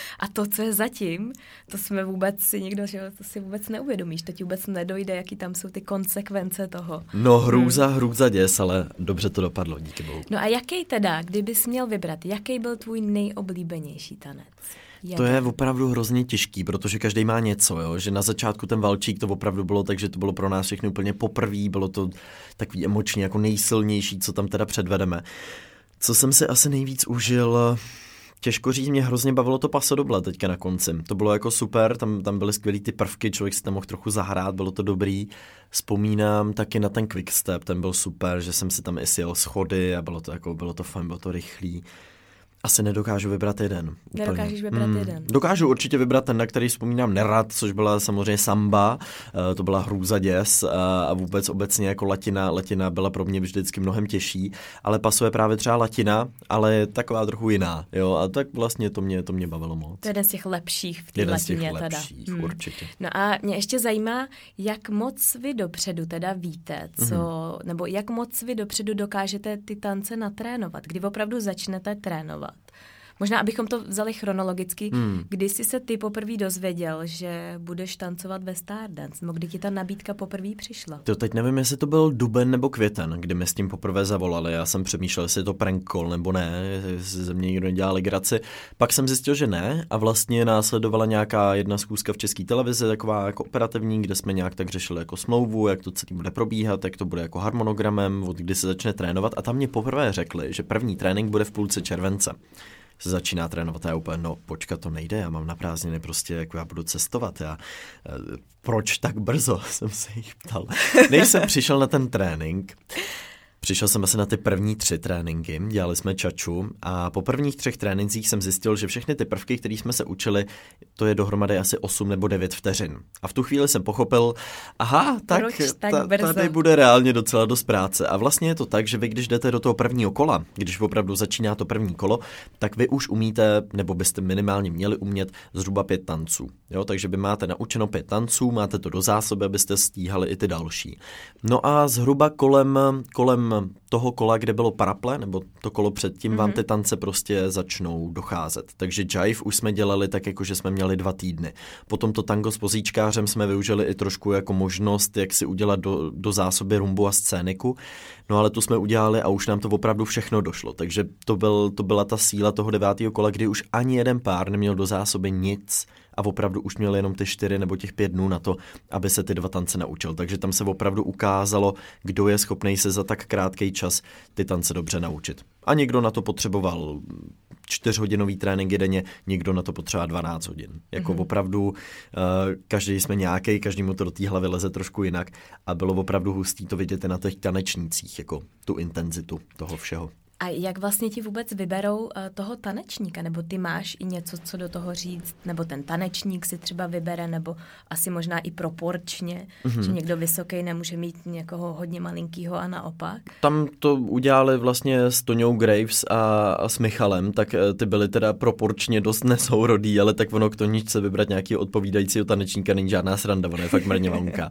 A to, co je zatím, to jsme vůbec si nikdo, že to si vůbec neuvědomíš, to ti vůbec nedojde, jaký tam jsou ty konsekvence toho. No hrůza, hmm. hrůza děs, ale dobře to dopadlo, díky bohu. No a jaký teda, kdybys měl vybrat, jaký byl tvůj nejoblíbenější tanec? To je opravdu hrozně těžký, protože každý má něco, jo? Že na začátku ten valčík to opravdu bylo tak, že to bylo pro nás všechny úplně poprvé, bylo to takový emočně jako nejsilnější, co tam teda předvedeme. Co jsem si asi nejvíc užil, těžko říct, mě hrozně bavilo to paso doble teďka na konci. To bylo jako super, tam, tam byly skvělý ty prvky, člověk si tam mohl trochu zahrát, bylo to dobrý. Vzpomínám taky na ten quickstep, ten byl super, že jsem si tam i sjel schody a bylo to jako, bylo to fajn, bylo to rychlý. Asi nedokážu vybrat jeden. Nedokážeš vybrat hmm. jeden? Dokážu určitě vybrat ten, na který vzpomínám nerad, což byla samozřejmě samba, to byla hrůza děs a vůbec obecně jako latina, latina byla pro mě vždycky mnohem těžší, ale paso je právě třeba latina, ale je taková trochu jiná, jo, a tak vlastně to mě, to mě bavilo moc. To je jeden z těch lepších v té latině jeden z těch teda. lepších, hmm. určitě. No a mě ještě zajímá, jak moc vy dopředu teda víte, co, mm-hmm. nebo jak moc vy dopředu dokážete ty tance natrénovat, kdy opravdu začnete trénovat. Možná, abychom to vzali chronologicky, hmm. kdy jsi se ty poprvé dozvěděl, že budeš tancovat ve Stardance, nebo kdy ti ta nabídka poprvé přišla? To teď nevím, jestli to byl duben nebo květen, kdy mi s tím poprvé zavolali. Já jsem přemýšlel, jestli je to prank call nebo ne, jestli ze mě někdo nedělal legraci. Pak jsem zjistil, že ne a vlastně následovala nějaká jedna schůzka v České televizi, taková jako operativní, kde jsme nějak tak řešili jako smlouvu, jak to celý bude probíhat, jak to bude jako harmonogramem, od kdy se začne trénovat a tam mě poprvé řekli, že první trénink bude v půlce července. Se začíná trénovat a já úplně, no počkat, to nejde, já mám na prázdniny prostě, jako já budu cestovat, já, proč tak brzo, jsem se jich ptal. Než jsem přišel na ten trénink, přišel jsem asi na ty první tři tréninky, dělali jsme čaču a po prvních třech trénincích jsem zjistil, že všechny ty prvky, které jsme se učili, to je dohromady asi osm nebo devět vteřin. A v tu chvíli jsem pochopil, aha, tak, tak ta, tady bude reálně docela dost práce. A vlastně je to tak, že vy, když jdete do toho prvního kola, když opravdu začíná to první kolo, tak vy už umíte, nebo byste minimálně měli umět zhruba pět tanců. Jo, takže vy máte naučeno pět tanců, máte to do zásoby, abyste stíhali i ty další. No a zhruba kolem, kolem toho kola, kde bylo paraple, nebo to kolo předtím, mm-hmm. vám ty tance prostě začnou docházet. Takže jive už jsme dělali tak, jako že jsme měli dva týdny. Potom to tango s pozíčkářem jsme využili i trošku jako možnost, jak si udělat do, do zásoby rumbu a scéniku. No ale tu jsme udělali a už nám to opravdu všechno došlo. Takže to, byl, to byla ta síla toho devátého kola, kdy už ani jeden pár neměl do zásoby nic a opravdu už měl jenom ty čtyři nebo těch pět dnů na to, aby se ty dva tance naučil. Takže tam se opravdu ukázalo, kdo je schopný se za tak krátký čas ty tance dobře naučit. A někdo na to potřeboval čtyřhodinový tréninky denně, někdo na to potřeboval dvanáct hodin. Jako mm-hmm. opravdu uh, každý jsme nějaký, každému to do té hlavy leze trošku jinak a bylo opravdu hustý to vidět na těch tanečnících, jako tu intenzitu toho všeho. A jak vlastně ti vůbec vyberou uh, toho tanečníka? Nebo ty máš i něco, co do toho říct? Nebo ten tanečník si třeba vybere, nebo asi možná i proporčně, mm-hmm. že někdo vysoký nemůže mít někoho hodně malinkýho a naopak? Tam to udělali vlastně s Toňou Graves a, a s Michalem, tak ty byly teda proporčně dost nesourodý, ale tak ono k Toničce vybrat nějakého odpovídajícího tanečníka není žádná sranda, ono je fakt mrně vanka.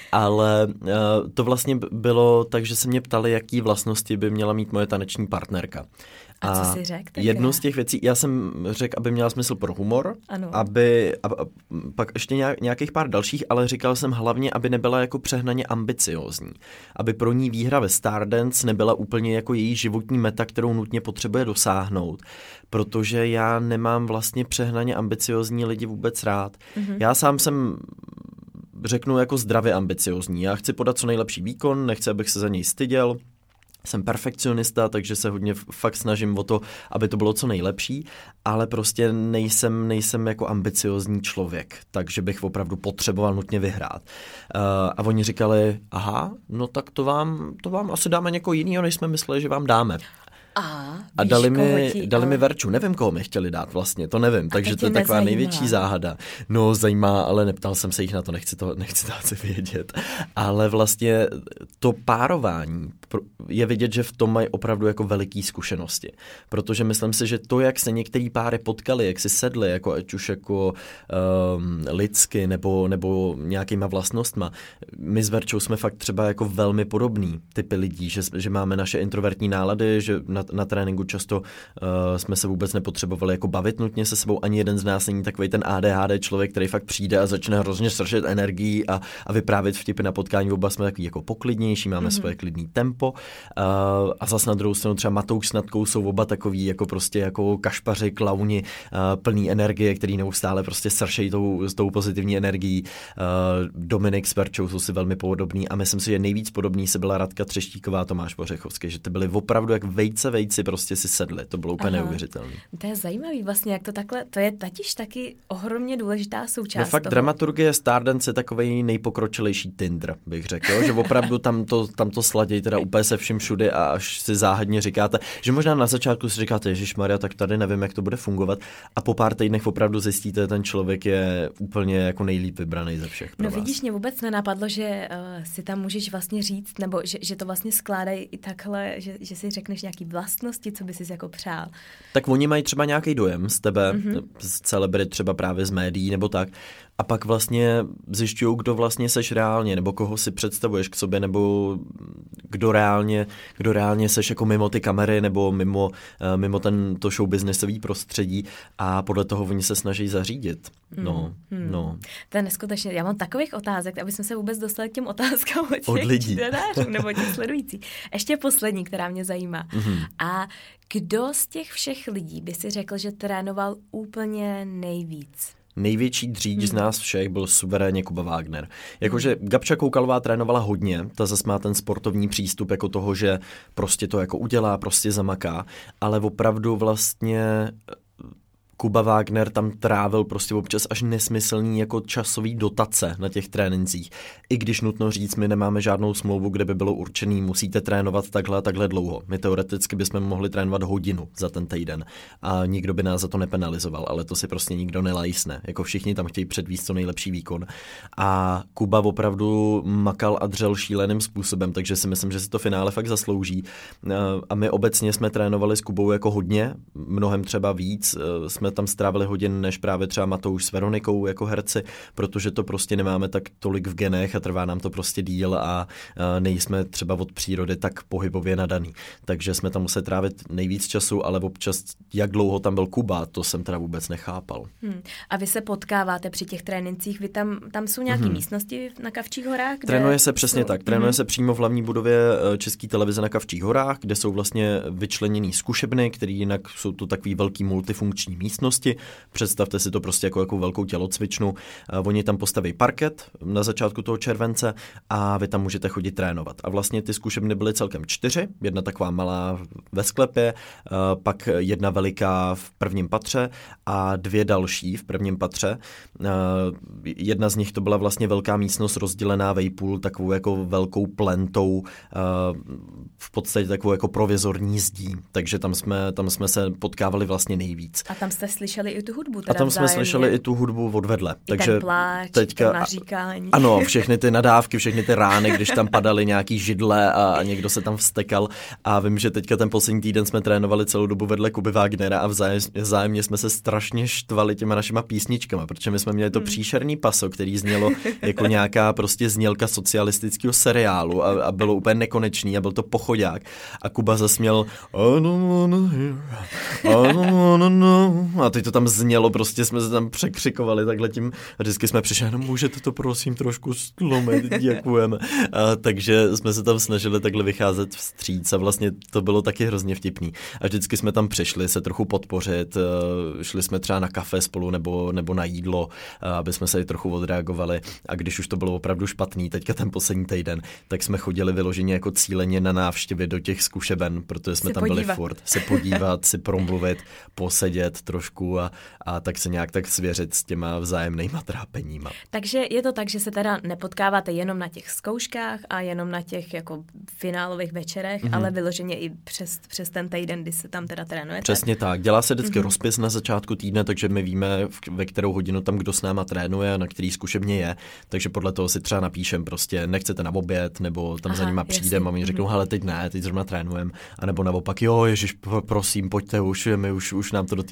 Ale uh, to vlastně bylo tak, že se mě ptali, jaký vlastnosti by měla mít moje taneční partnerka. A, a co jsi řekl? Jednu z těch věcí, já jsem řekl, aby měla smysl pro humor, ano. aby, a, a pak ještě nějakých pár dalších, ale říkal jsem hlavně, aby nebyla jako přehnaně ambiciózní. Aby pro ní výhra ve Stardance nebyla úplně jako její životní meta, kterou nutně potřebuje dosáhnout. Protože já nemám vlastně přehnaně ambiciózní lidi vůbec rád. Mm-hmm. Já sám jsem řeknu jako zdravě ambiciózní. Já chci podat co nejlepší výkon, nechci, abych se za něj styděl. Jsem perfekcionista, takže se hodně fakt snažím o to, aby to bylo co nejlepší, ale prostě nejsem, nejsem jako ambiciozní člověk, takže bych opravdu potřeboval nutně vyhrát. Uh, a oni říkali, aha, no tak to vám, to vám asi dáme někoho jiného, než jsme mysleli, že vám dáme. A, a dali, mi, ti, dali ale... mi Verču, nevím, koho mi chtěli dát vlastně, to nevím, a takže to je taková největší záhada. No zajímá, ale neptal jsem se jich na to, nechci to, nechci to asi vědět. Ale vlastně to párování je vidět, že v tom mají opravdu jako veliký zkušenosti. Protože myslím si, že to, jak se některý páry potkali, jak si sedli, jako ať už jako um, lidsky nebo, nebo nějakýma vlastnostma. My s Verčou jsme fakt třeba jako velmi podobný typy lidí, že, že máme naše introvertní nálady, že na na, na tréninku často uh, jsme se vůbec nepotřebovali jako bavit nutně se sebou, ani jeden z nás není takový ten A D H D člověk, který fakt přijde a začne hrozně sršet energii a, a vyprávět vtipy na potkání. Oba jsme takový jako poklidnější, máme mm-hmm. svoje klidný tempo uh, a zas na druhou stranu třeba Matouš s Natkou jsou oba takový jako prostě jako kašpaři, klauni, uh, plný energie, který neustále prostě sršejí tou, s tou pozitivní energií. Uh, Dominik s Verčou jsou si velmi podobný a myslím si, že nejvíc podobný se byla Radka Třeštíková a Tomáš Ořechovský, že ty byli opravdu jak vejce vejci prostě si sedli. To bylo úplně Aha. neuvěřitelné. To je zajímavý vlastně, jak to takhle, to je totiž taky ohromně důležitá součást. No fakt toho. dramaturgie Stardance je takovej nejpokročilejší Tinder, bych řekl, že opravdu tam to, tam to sladějí teda úplně se vším všude a až si záhadně říkáte, že možná na začátku si říkáte, ježišmarja, tak tady nevím, jak to bude fungovat a po pár týdnech opravdu zjistíte, že ten člověk je úplně jako nejlíp vybraný ze všech pro No vás. vidíš, mě vůbec nenapadlo, že uh, si tam můžeš vlastně říct, nebo že, že to vlastně skládají i takhle, že, že si řekneš nějaký vlastnosti, co by si jako přál. Tak oni mají třeba nějaký dojem z tebe, mm-hmm. z celebrit třeba právě z médií nebo tak, a pak vlastně zjišťují, kdo vlastně seš reálně, nebo koho si představuješ k sobě, nebo kdo reálně, kdo reálně seš jako mimo ty kamery, nebo mimo, mimo ten to showbiznesový prostředí a podle toho oni se snaží zařídit. No, hmm. no. To je neskutečně, já mám takových otázek, aby jsme se vůbec dostali k těm otázkám od, od lidí. čtenářů nebo těch sledujících. Ještě poslední, která mě zajímá. Mm-hmm. A kdo z těch všech lidí by si řekl, že trénoval úplně nejvíc? Největší dříč hmm. z nás všech byl suverénně Kuba Wagner. Jakože Gabča Koukalová trénovala hodně, ta zase má ten sportovní přístup jako toho, že prostě to jako udělá, prostě zamaká, ale opravdu vlastně Kuba Wagner tam trávil prostě občas až nesmyslný jako časový dotace na těch trénincích. I když nutno říct, my nemáme žádnou smlouvu, kde by bylo určený, musíte trénovat takhle a takhle dlouho. My teoreticky bychom mohli trénovat hodinu za ten týden a nikdo by nás za to nepenalizoval, ale to si prostě nikdo nelajsne. Jako všichni tam chtějí předvíst co nejlepší výkon. A Kuba opravdu makal a dřel šíleným způsobem, takže si myslím, že si to finále fakt zaslouží. A my obecně jsme trénovali s Kubou jako hodně, mnohem třeba víc, jsme tam strávili hodin než právě třeba Matouš s Veronikou jako herci, protože to prostě nemáme tak tolik v genech a trvá nám to prostě díl a nejsme třeba od přírody tak pohybově nadaný. Takže jsme tam museli trávit nejvíc času, ale občas, jak dlouho tam byl Kuba, to jsem teda vůbec nechápal. Hmm. A vy se potkáváte při těch trénincích, vy tam, tam jsou nějaké hmm. místnosti na Kavčích horách? Kde trénuje se přesně jsou... tak, trénuje hmm. se přímo v hlavní budově České televize na Kavčích horách, kde jsou vlastně vyčleněný zkušebny, které jinak jsou to takový velký multifunkční místnosti. Představte si to prostě jako, jako velkou tělocvičnu. Oni tam postaví parket na začátku toho července a vy tam můžete chodit trénovat. A vlastně ty zkušebny byly celkem čtyři. Jedna taková malá ve sklepě, pak jedna veliká v prvním patře a dvě další v prvním patře. Jedna z nich to byla vlastně velká místnost rozdělená vejpůl takovou jako velkou plentou, v podstatě takovou jako provizorní zdí. Takže tam jsme, tam jsme se potkávali vlastně nejvíc. A tam jste slyšeli i tu hudbu. Teda a tam jsme vzájemně. slyšeli i tu hudbu odvedle. I takže ten pláč, teďka, to naříkání. Ano, všechny ty nadávky, všechny ty rány, když tam padaly nějaký židle a, a někdo se tam vstekal. A vím, že teďka ten poslední týden jsme trénovali celou dobu vedle Kuby Wagnera a vzájemně, vzájemně jsme se strašně štvali těma našima písničkama, protože my jsme měli to hmm. příšerný paso, který znělo jako nějaká prostě znělka socialistického seriálu a, a bylo úplně nekonečný a byl to pochodák. A Kuba zasměl I don't wanna hear, I don't wanna know. A teď to tam znělo, prostě jsme se tam překřikovali takhle tím a vždycky jsme přišli, no můžete to prosím trošku stlumit, děkujeme. A takže jsme se tam snažili takhle vycházet vstříc a vlastně to bylo taky hrozně vtipný. A vždycky jsme tam přišli se trochu podpořit, šli jsme třeba na kafe spolu nebo, nebo na jídlo, aby jsme se i trochu odreagovali a když už to bylo opravdu špatný, teďka ten poslední týden, tak jsme chodili vyloženě jako cíleně na návštěvy do těch zkušeben, protože jsme si tam podívat. byli furt, se podívat, si promluvit, posedět trošku a, a tak se nějak tak svěřit s těma vzájemnýma trápeníma. Takže je to tak, že se teda nepotkáváte jenom na těch zkouškách a jenom na těch jako finálových večerech, mm-hmm. ale vyloženě i přes, přes ten týden, kdy se tam teda trénujete. Přesně tak. Dělá se vždycky mm-hmm. rozpis na začátku týdne, takže my víme, ve kterou hodinu tam kdo s náma trénuje a na který zkušebně je, takže podle toho si třeba napíšem prostě nechcete na oběd, nebo tam Aha, za nima přijdem a oni řeknou, mm-hmm. hele, teď ne, teď zrovna trénujem, anebo naopak, jo, ježiš, prosím, pojďte už, my už, už nám to do té hlavy neleze.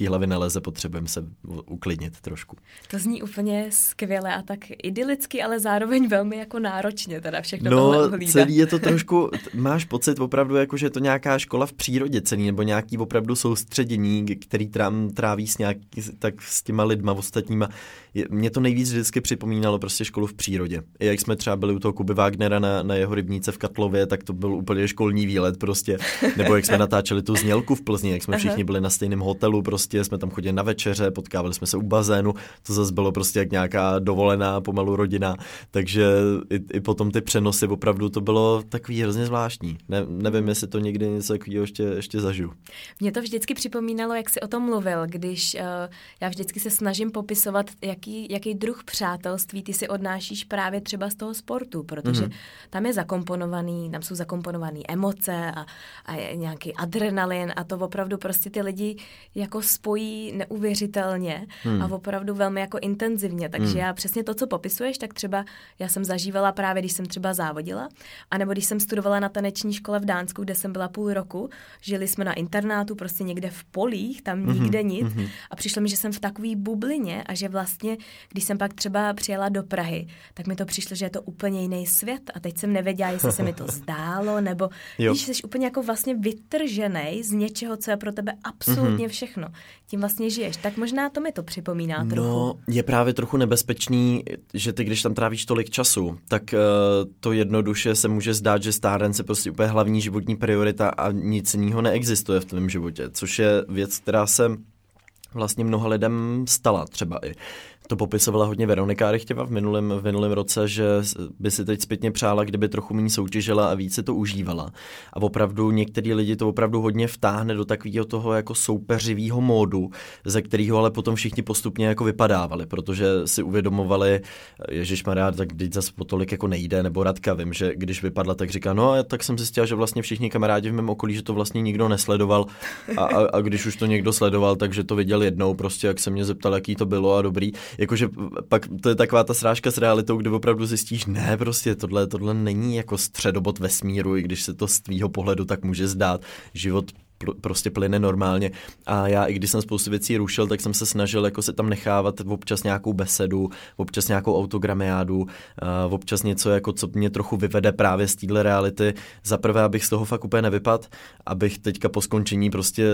vyleze, potřebujeme se uklidnit trošku. To zní úplně skvěle a tak idylicky, ale zároveň velmi jako náročně teda všechno no, tohle uhlídat. Celý je to trošku, máš pocit opravdu, jako, že je to nějaká škola v přírodě celý, nebo nějaký opravdu soustředění, který trám, tráví s nějaký, tak s těma lidma ostatníma. Je, mě to nejvíc vždycky připomínalo prostě školu v přírodě. I jak jsme třeba byli u toho Kuby Wagnera na, na jeho rybníce v Katlově, tak to byl úplně školní výlet prostě. Nebo jak jsme natáčeli tu Znělku v Plzni, jak jsme všichni byli na stejném hotelu, prostě jsme tam chodili na večeře, potkávali jsme se u bazénu, to zase bylo prostě jak nějaká dovolená pomalu rodina, takže i, i potom ty přenosy opravdu to bylo takový hrozně zvláštní. Ne, nevím, jestli to někdy něco takového ještě, ještě zažiju. Mě to vždycky připomínalo, jak jsi o tom mluvil, když uh, já vždycky se snažím popisovat, jaký, jaký druh přátelství ty si odnášíš právě třeba z toho sportu, protože mm-hmm. tam je zakomponovaný, tam jsou zakomponované emoce a, a nějaký adrenalin a to opravdu prostě ty lidi jako spojí neuvěřitelně hmm. a opravdu velmi jako intenzivně. Takže hmm. já přesně to, co popisuješ, tak třeba já jsem zažívala právě, když jsem třeba závodila, anebo když jsem studovala na taneční škole v Dánsku, kde jsem byla půl roku, žili jsme na internátu prostě někde v polích, tam nikde hmm. nic hmm. a přišlo mi, že jsem v takový bublině a že vlastně, když jsem pak třeba přijela do Prahy, tak mi to přišlo, že je to úplně jiný svět a teď jsem nevěděla, jestli se mi to zdálo, nebo když jsi úplně jako vlastně vytržený z něčeho, co je pro tebe absolutně mm-hmm. všechno. Tím vlastně žiješ. Tak možná to mi to připomíná trochu. No, je právě trochu nebezpečný, že ty, když tam trávíš tolik času, tak uh, to jednoduše se může zdát, že stárnec je prostě úplně hlavní životní priorita a nic jiného neexistuje v tvém životě, což je věc, která se vlastně mnoha lidem stala třeba i. To popisovala hodně Veronika Rychtěva v minulém, v minulém roce, že by si teď zpětně přála, kdyby trochu méně soutěžila a více to užívala. A opravdu některý lidi to opravdu hodně vtáhne do takového toho jako soupeřivého módu, ze kterého ale potom všichni postupně jako vypadávali, protože si uvědomovali, ježišmarja, tak teď zase po tolik jako nejde, nebo Radka, vím, že když vypadla, tak říká, no a tak jsem zjistila, že vlastně všichni kamarádi v mém okolí, že to vlastně nikdo nesledoval a, a, a když už to někdo sledoval, takže to viděl jednou, prostě jak se mě zeptal, jaký to bylo a dobrý. Jakože pak to je taková ta srážka s realitou, kde opravdu zjistíš, ne, prostě tohle, tohle není jako středobod vesmíru, i když se to z tvýho pohledu tak může zdát. Život pl- prostě plyne normálně a já, i když jsem spoustu věcí rušil, tak jsem se snažil jako se tam nechávat občas nějakou besedu, občas nějakou autogramiádu, uh, občas něco, jako co mě trochu vyvede právě z téhle reality. Za prvé, abych z toho fakt úplně nevypadl, abych teďka po skončení prostě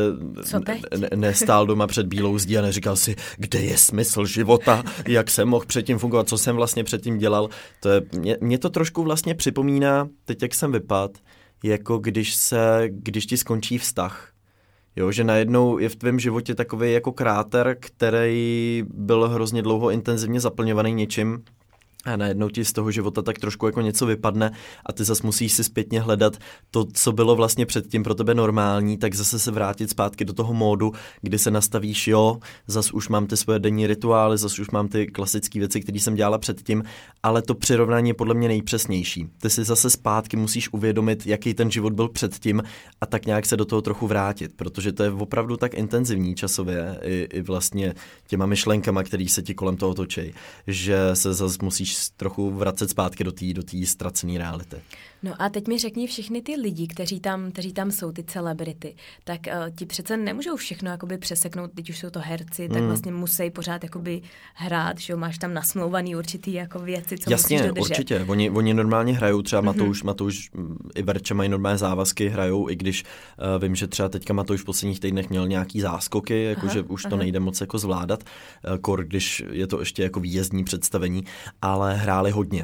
n- nestál doma před bílou zdí a neříkal si, kde je smysl života, jak jsem mohl předtím fungovat, co jsem vlastně předtím dělal. To je, mě, mě to trošku vlastně připomíná, teď jak jsem vypadl, jako když se, když ti skončí vztah. Jo, že najednou je v tvém životě takový jako kráter, který byl hrozně dlouho intenzivně zaplňovaný něčím a najednou ti z toho života tak trošku jako něco vypadne a ty zase musíš si zpětně hledat to, co bylo vlastně předtím pro tebe normální, tak zase se vrátit zpátky do toho módu, kdy se nastavíš, jo, zase už mám ty svoje denní rituály, zase už mám ty klasické věci, které jsem dělala předtím, ale to přirovnání je podle mě nejpřesnější. Ty si zase zpátky musíš uvědomit, jaký ten život byl předtím a tak nějak se do toho trochu vrátit, protože to je opravdu tak intenzivní časově i, i vlastně těma myšlenkama, které se ti kolem toho točí, že se zase musíš trochu vracet zpátky do té do té ztracené reality. No a teď mi řekni, všechny ty lidi, kteří tam, kteří tam jsou, ty celebrity, tak uh, ti přece nemůžou všechno jakoby přeseknout, teď už jsou to herci, tak mm. vlastně musí pořád jakoby hrát, že jo, máš tam nasmlouvaný určitý jako věci, co Jasně, musíš dodržet. Určitě, oni, oni normálně hrajou, třeba mm-hmm. Matouš, Matouš i Verča mají normálně závazky, hrajou, i když uh, vím, že třeba teďka Matouš v posledních týdnech měl nějaký záskoky, jakože už aha. to nejde moc jako zvládat, uh, kor, když je to ještě jako výjezdní představení, ale hráli hodně.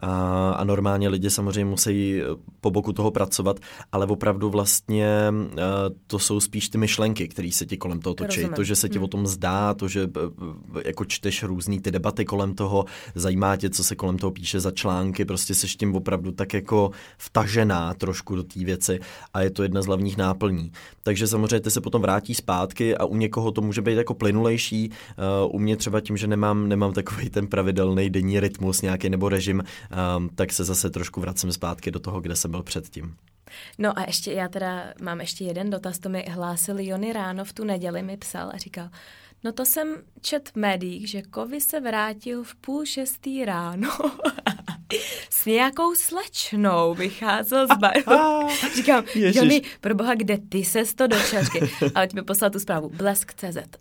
A, a normálně lidi samozřejmě musí po boku toho pracovat, ale opravdu vlastně to jsou spíš ty myšlenky, které se ti kolem toho točí. To, že se ti hmm. o tom zdá, to, že jako čteš různý ty debaty kolem toho, zajímá tě, co se kolem toho píše za články, prostě seš tím opravdu tak jako vtažená trošku do té věci a je to jedna z hlavních náplní. Takže samozřejmě ty se potom vrátí zpátky a u někoho to může být jako plynulejší, u mě třeba tím, že nemám, nemám takový ten pravidelný denní rytmus nějaký nebo režim, Um, tak se zase trošku vracím zpátky do toho, kde jsem byl předtím. No a ještě já teda mám ještě jeden dotaz, to mi hlásil Jony ráno v tu neděli, mi psal a říkal, no to jsem čet v médiích, že Kovy se vrátil v půl šestý ráno s nějakou slečnou vycházel z baru. Říkám, Jony, proboha, kde ty ses to dočařky? A teď mi poslal tu zprávu, blesk tečka cé zet.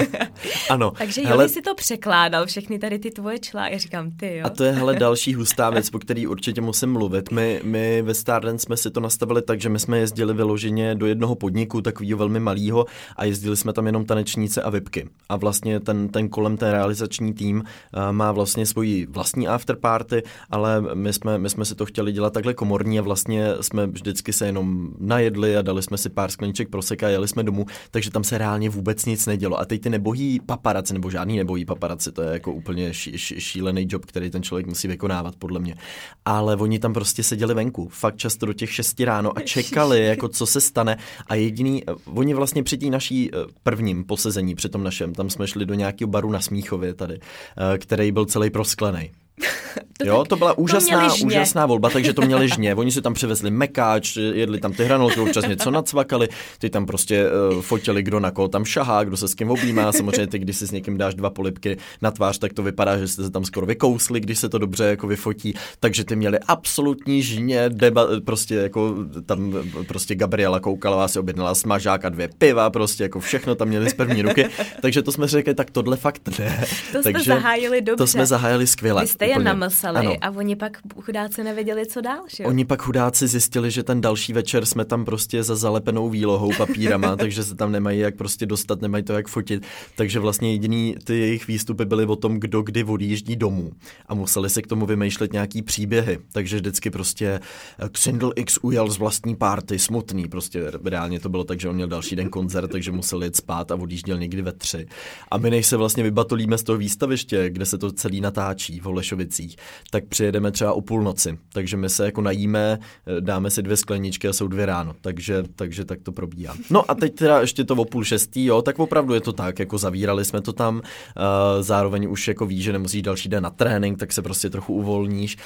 Ano. Takže Jony hele... si to překládal, všechny tady ty tvoje články. Říkám, ty jo. A to je hele další hustá věc, po který určitě musím mluvit. My, my ve Stardance jsme si to nastavili tak, že my jsme jezdili vyloženě do jednoho podniku, takového velmi malého, a jezdili jsme tam jenom tanečníci a vipky. A vlastně ten, ten kolem ten realizační tým uh, má vlastně svoji vlastní afterparty, ale my jsme, my jsme si to chtěli dělat takhle komorní a vlastně jsme vždycky se jenom najedli a dali jsme si pár skleniček proseka a jeli jsme domů, takže tam se reálně vůbec nic nedělo. A teď ty nebohý paparaci, nebo žádný nebohý paparaci, to je jako úplně ší, ší, šílený job, který ten člověk musí vykonávat, podle mě. Ale oni tam prostě seděli venku, fakt často do těch šesti ráno a čekali, jako co se stane. A jediný, oni vlastně při té naší prvním posezení, při tom našem, tam jsme šli do nějakého baru na Smíchově tady, který byl celý prosklený. To jo, to byla úžasná, to úžasná volba, takže to měli žně. Oni si tam přivezli mekáč, jedli tam ty hranolky, občas něco nacvakali, ty tam prostě uh, fotili, kdo na koho tam šahá, kdo se s kým objímá. Samozřejmě ty, když si s někým dáš dva polibky na tvář, tak to vypadá, že jste se tam skoro vykousli, když se to dobře jako vyfotí. Takže ty měli absolutní žně, deba, prostě jako tam prostě Gabriela Koukalová si objednala smažák a dvě piva, prostě jako všechno tam měli z první ruky. Takže to jsme řekli, tak tohle fakt ne. To takže jsme zahájili dobře. To jsme zahájili skvěle. Vy jste je namlsali, ano. A oni pak chudáci nevěděli, co dál, že jo? Oni pak chudáci zjistili, že ten další večer jsme tam prostě za zalepenou výlohou papírama, takže se tam nemají jak prostě dostat, nemají to jak fotit. Takže vlastně jediný ty jejich výstupy byly o tom, kdo kdy odjíždí domů. A museli si k tomu vymýšlet nějaký příběhy. Takže vždycky prostě Xindl X ujel z vlastní party, smutný. Prostě reálně to bylo tak, že on měl další den koncert, takže musel jít spát a odjížděl někdy ve tři. A my než se vlastně vybatolíme z toho výstaviště, kde se to celý natáčí v Holešovicích, tak přijedeme třeba o půlnoci. Takže my se jako najíme, dáme si dvě skleničky a jsou dvě ráno. Takže, takže tak to probíhá. No a teď teda ještě to o půl šestý, jo, tak opravdu je to tak, jako zavírali jsme to tam, uh, zároveň už jako víš, že nemusíš další den na trénink, tak se prostě trochu uvolníš.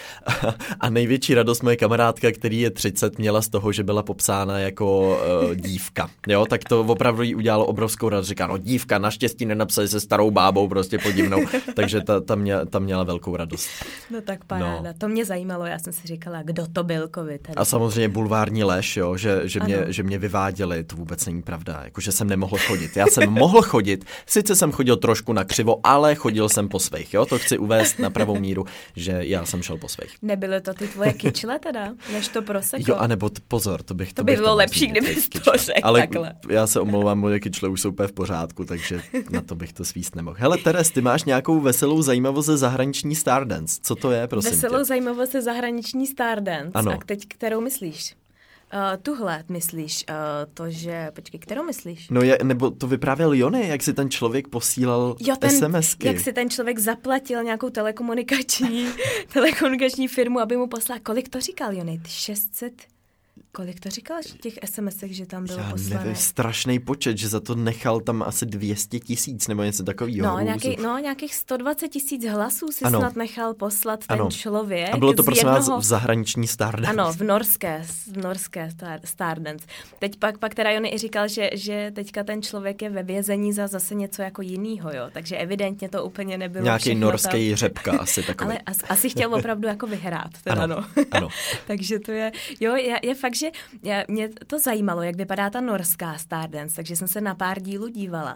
A největší radost moje kamarádka, který je třicet, měla z toho, že byla popsána jako uh, dívka. Jo, tak to opravdu jí udělalo obrovskou radost. Říká, no dívka, naštěstí nenapsali se starou bábou, prostě podivnou. Takže ta, ta, měla, ta měla velkou radost. No tak paráda. No. To mě zajímalo, já jsem si říkala, kdo to byl covid. A samozřejmě bulvární lež, jo, že, že, mě, že mě vyváděli, to vůbec není pravda, jakože jsem nemohl chodit. Já jsem mohl chodit, sice jsem chodil trošku na křivo, ale chodil jsem po svých, jo, to chci uvést na pravou míru, že já jsem šel po svých. Nebyly to ty tvoje kyčle teda, než to proseko? Jo, anebo t- pozor, to bych to, to by bych bylo lepší, kdyby to řekl ale takhle. Já se omlouvám, moje kyčle už jsou úplně v pořádku, takže na to bych to svíst nemohl. Hele, Teres, ty máš nějakou veselou zajímavost ze zahraniční Stardance. Co to je, prosím Veselou tě? zajímavost ze zahraniční Stardance. Ano. A teď kterou myslíš? Uh, tuhle myslíš, uh, to, že... Počkej, kterou myslíš? No je, nebo to vyprávěl Jony, jak si ten člověk posílal jo, ten, SMSky. Jak si ten člověk zaplatil nějakou telekomunikační, telekomunikační firmu, aby mu poslal. Kolik to říkal, Jony? šest set? Kolik to říkal těch SMSek, že tam bylo Já poslané? nevím, strašný počet, že za to nechal tam asi dvě stě tisíc nebo něco takového. No, nějaký, no, nějakých sto dvacet tisíc hlasů si ano. snad nechal poslat ten ano. člověk. A bylo to prosím jednoho... vás v zahraniční Stardance. Ano, v norské, v norské star, Stardance. Teď pak, pak teda Jony i říkal, že, že teďka ten člověk je ve vězení za zase něco jako jinýho, jo. Takže evidentně to úplně nebylo nějaký norský tam... řepka asi takový. Ale as, asi chtěl opravdu jako vyhrát. Teda ano, no. ano. Takže to je, jo, je, je fakt, že já, mě to zajímalo, jak vypadá ta norská Stardance, takže jsem se na pár dílů dívala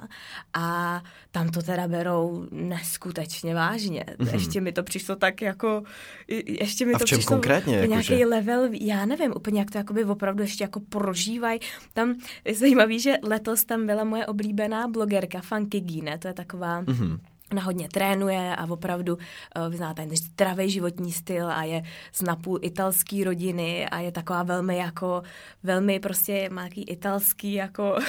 a tam to teda berou neskutečně vážně. Mm-hmm. Ještě mi to přišlo tak jako... Ještě mi a to v čem přišlo konkrétně? Jako nějaký že... level, já nevím, úplně jak to jakoby opravdu ještě jako prožívají. Tam je zajímavý, že letos tam byla moje oblíbená blogerka Funky Gine, to je taková... Mm-hmm. Ona hodně trénuje a opravdu uh, vyzná ten zdravý životní styl a je z napůl italský rodiny a je taková velmi jako, velmi prostě má takový italský jako uh,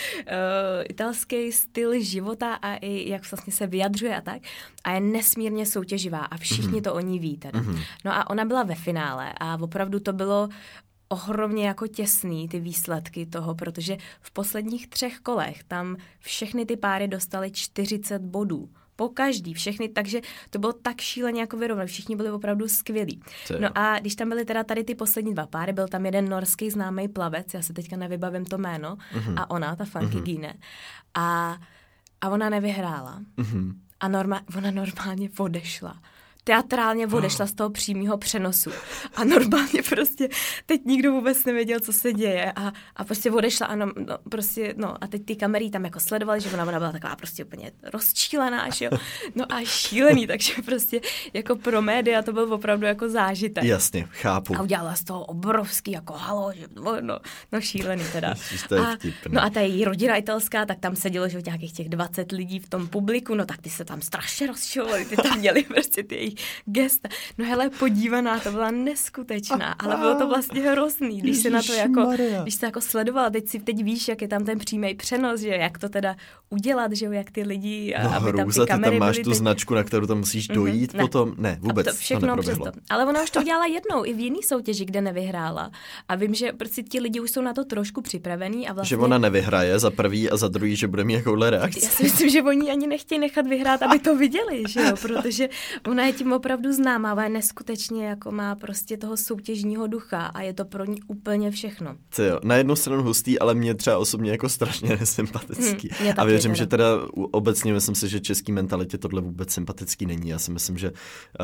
italský styl života a i jak vlastně se vyjadřuje a tak. A je nesmírně soutěživá a všichni mm-hmm. to o ní ví teda. Mm-hmm. No a ona byla ve finále a opravdu to bylo ohromně jako těsný ty výsledky toho, protože v posledních třech kolech tam všechny ty páry dostaly čtyřicet bodů. Po každý, všechny, takže to bylo tak šíleně jako vyrovnané, všichni byli opravdu skvělí. No a když tam byly teda tady ty poslední dva páry, byl tam jeden norský známý plavec, já se teďka nevybavím to jméno, mm-hmm. a ona, ta Funky mm-hmm. Gine, a, a ona nevyhrála. Mm-hmm. A norma, ona normálně odešla. teatrálně odešla z toho přímého přenosu. A normálně prostě teď nikdo vůbec nevěděl, co se děje a, a prostě odešla a no, no, prostě, no a teď ty kamery tam jako sledovaly, že ona, ona byla taková prostě úplně rozčílená, že jo. No a šílený, takže prostě jako pro média to byl opravdu jako zážitek. Jasně, chápu. A udělala z toho obrovský jako halo, že no, no, no šílený teda. Ježiš, to je a, vtipný. no a ta její rodina italská, tak tam sedělo, že nějakých těch dvacet lidí v tom publiku, no tak ty se tam strašně rozčilovali, ty tam měli prostě ty její gesta. No hele, podívaná, to byla neskutečná, ale bylo to vlastně hrozný, když se na to jako, když se jako sledovala, teď si teď víš, jak je tam ten přímý přenos, že jak to teda udělat, že jak ty lidi, no, aby tam hrůza, ty kamery ty tam máš byly tu teď... značku, na kterou tam musíš dojít, mm-hmm, ne. potom, ne, vůbec to všechno to přesto. Ale ona už to udělala jednou i v jiný soutěži, kde nevyhrála. A vím, že prostě ti lidi už jsou na to trošku připravení a vlastně... Že ona nevyhraje za prvý a za druhý, že bude mít jakouhle reakci. Já si myslím, že oni ani nechtějí nechat vyhrát, aby to viděli, že jo, protože ona je tím opravdu známá, ale neskutečně jako má prostě toho soutěžního ducha a je to pro ní úplně všechno. Ty jo, na jednu stranu hustý, ale mě třeba osobně jako strašně nesympatický. Hmm, a věřím, teda. že teda obecně myslím si, že český mentalitě tohle vůbec sympatický není. Já si myslím, že uh,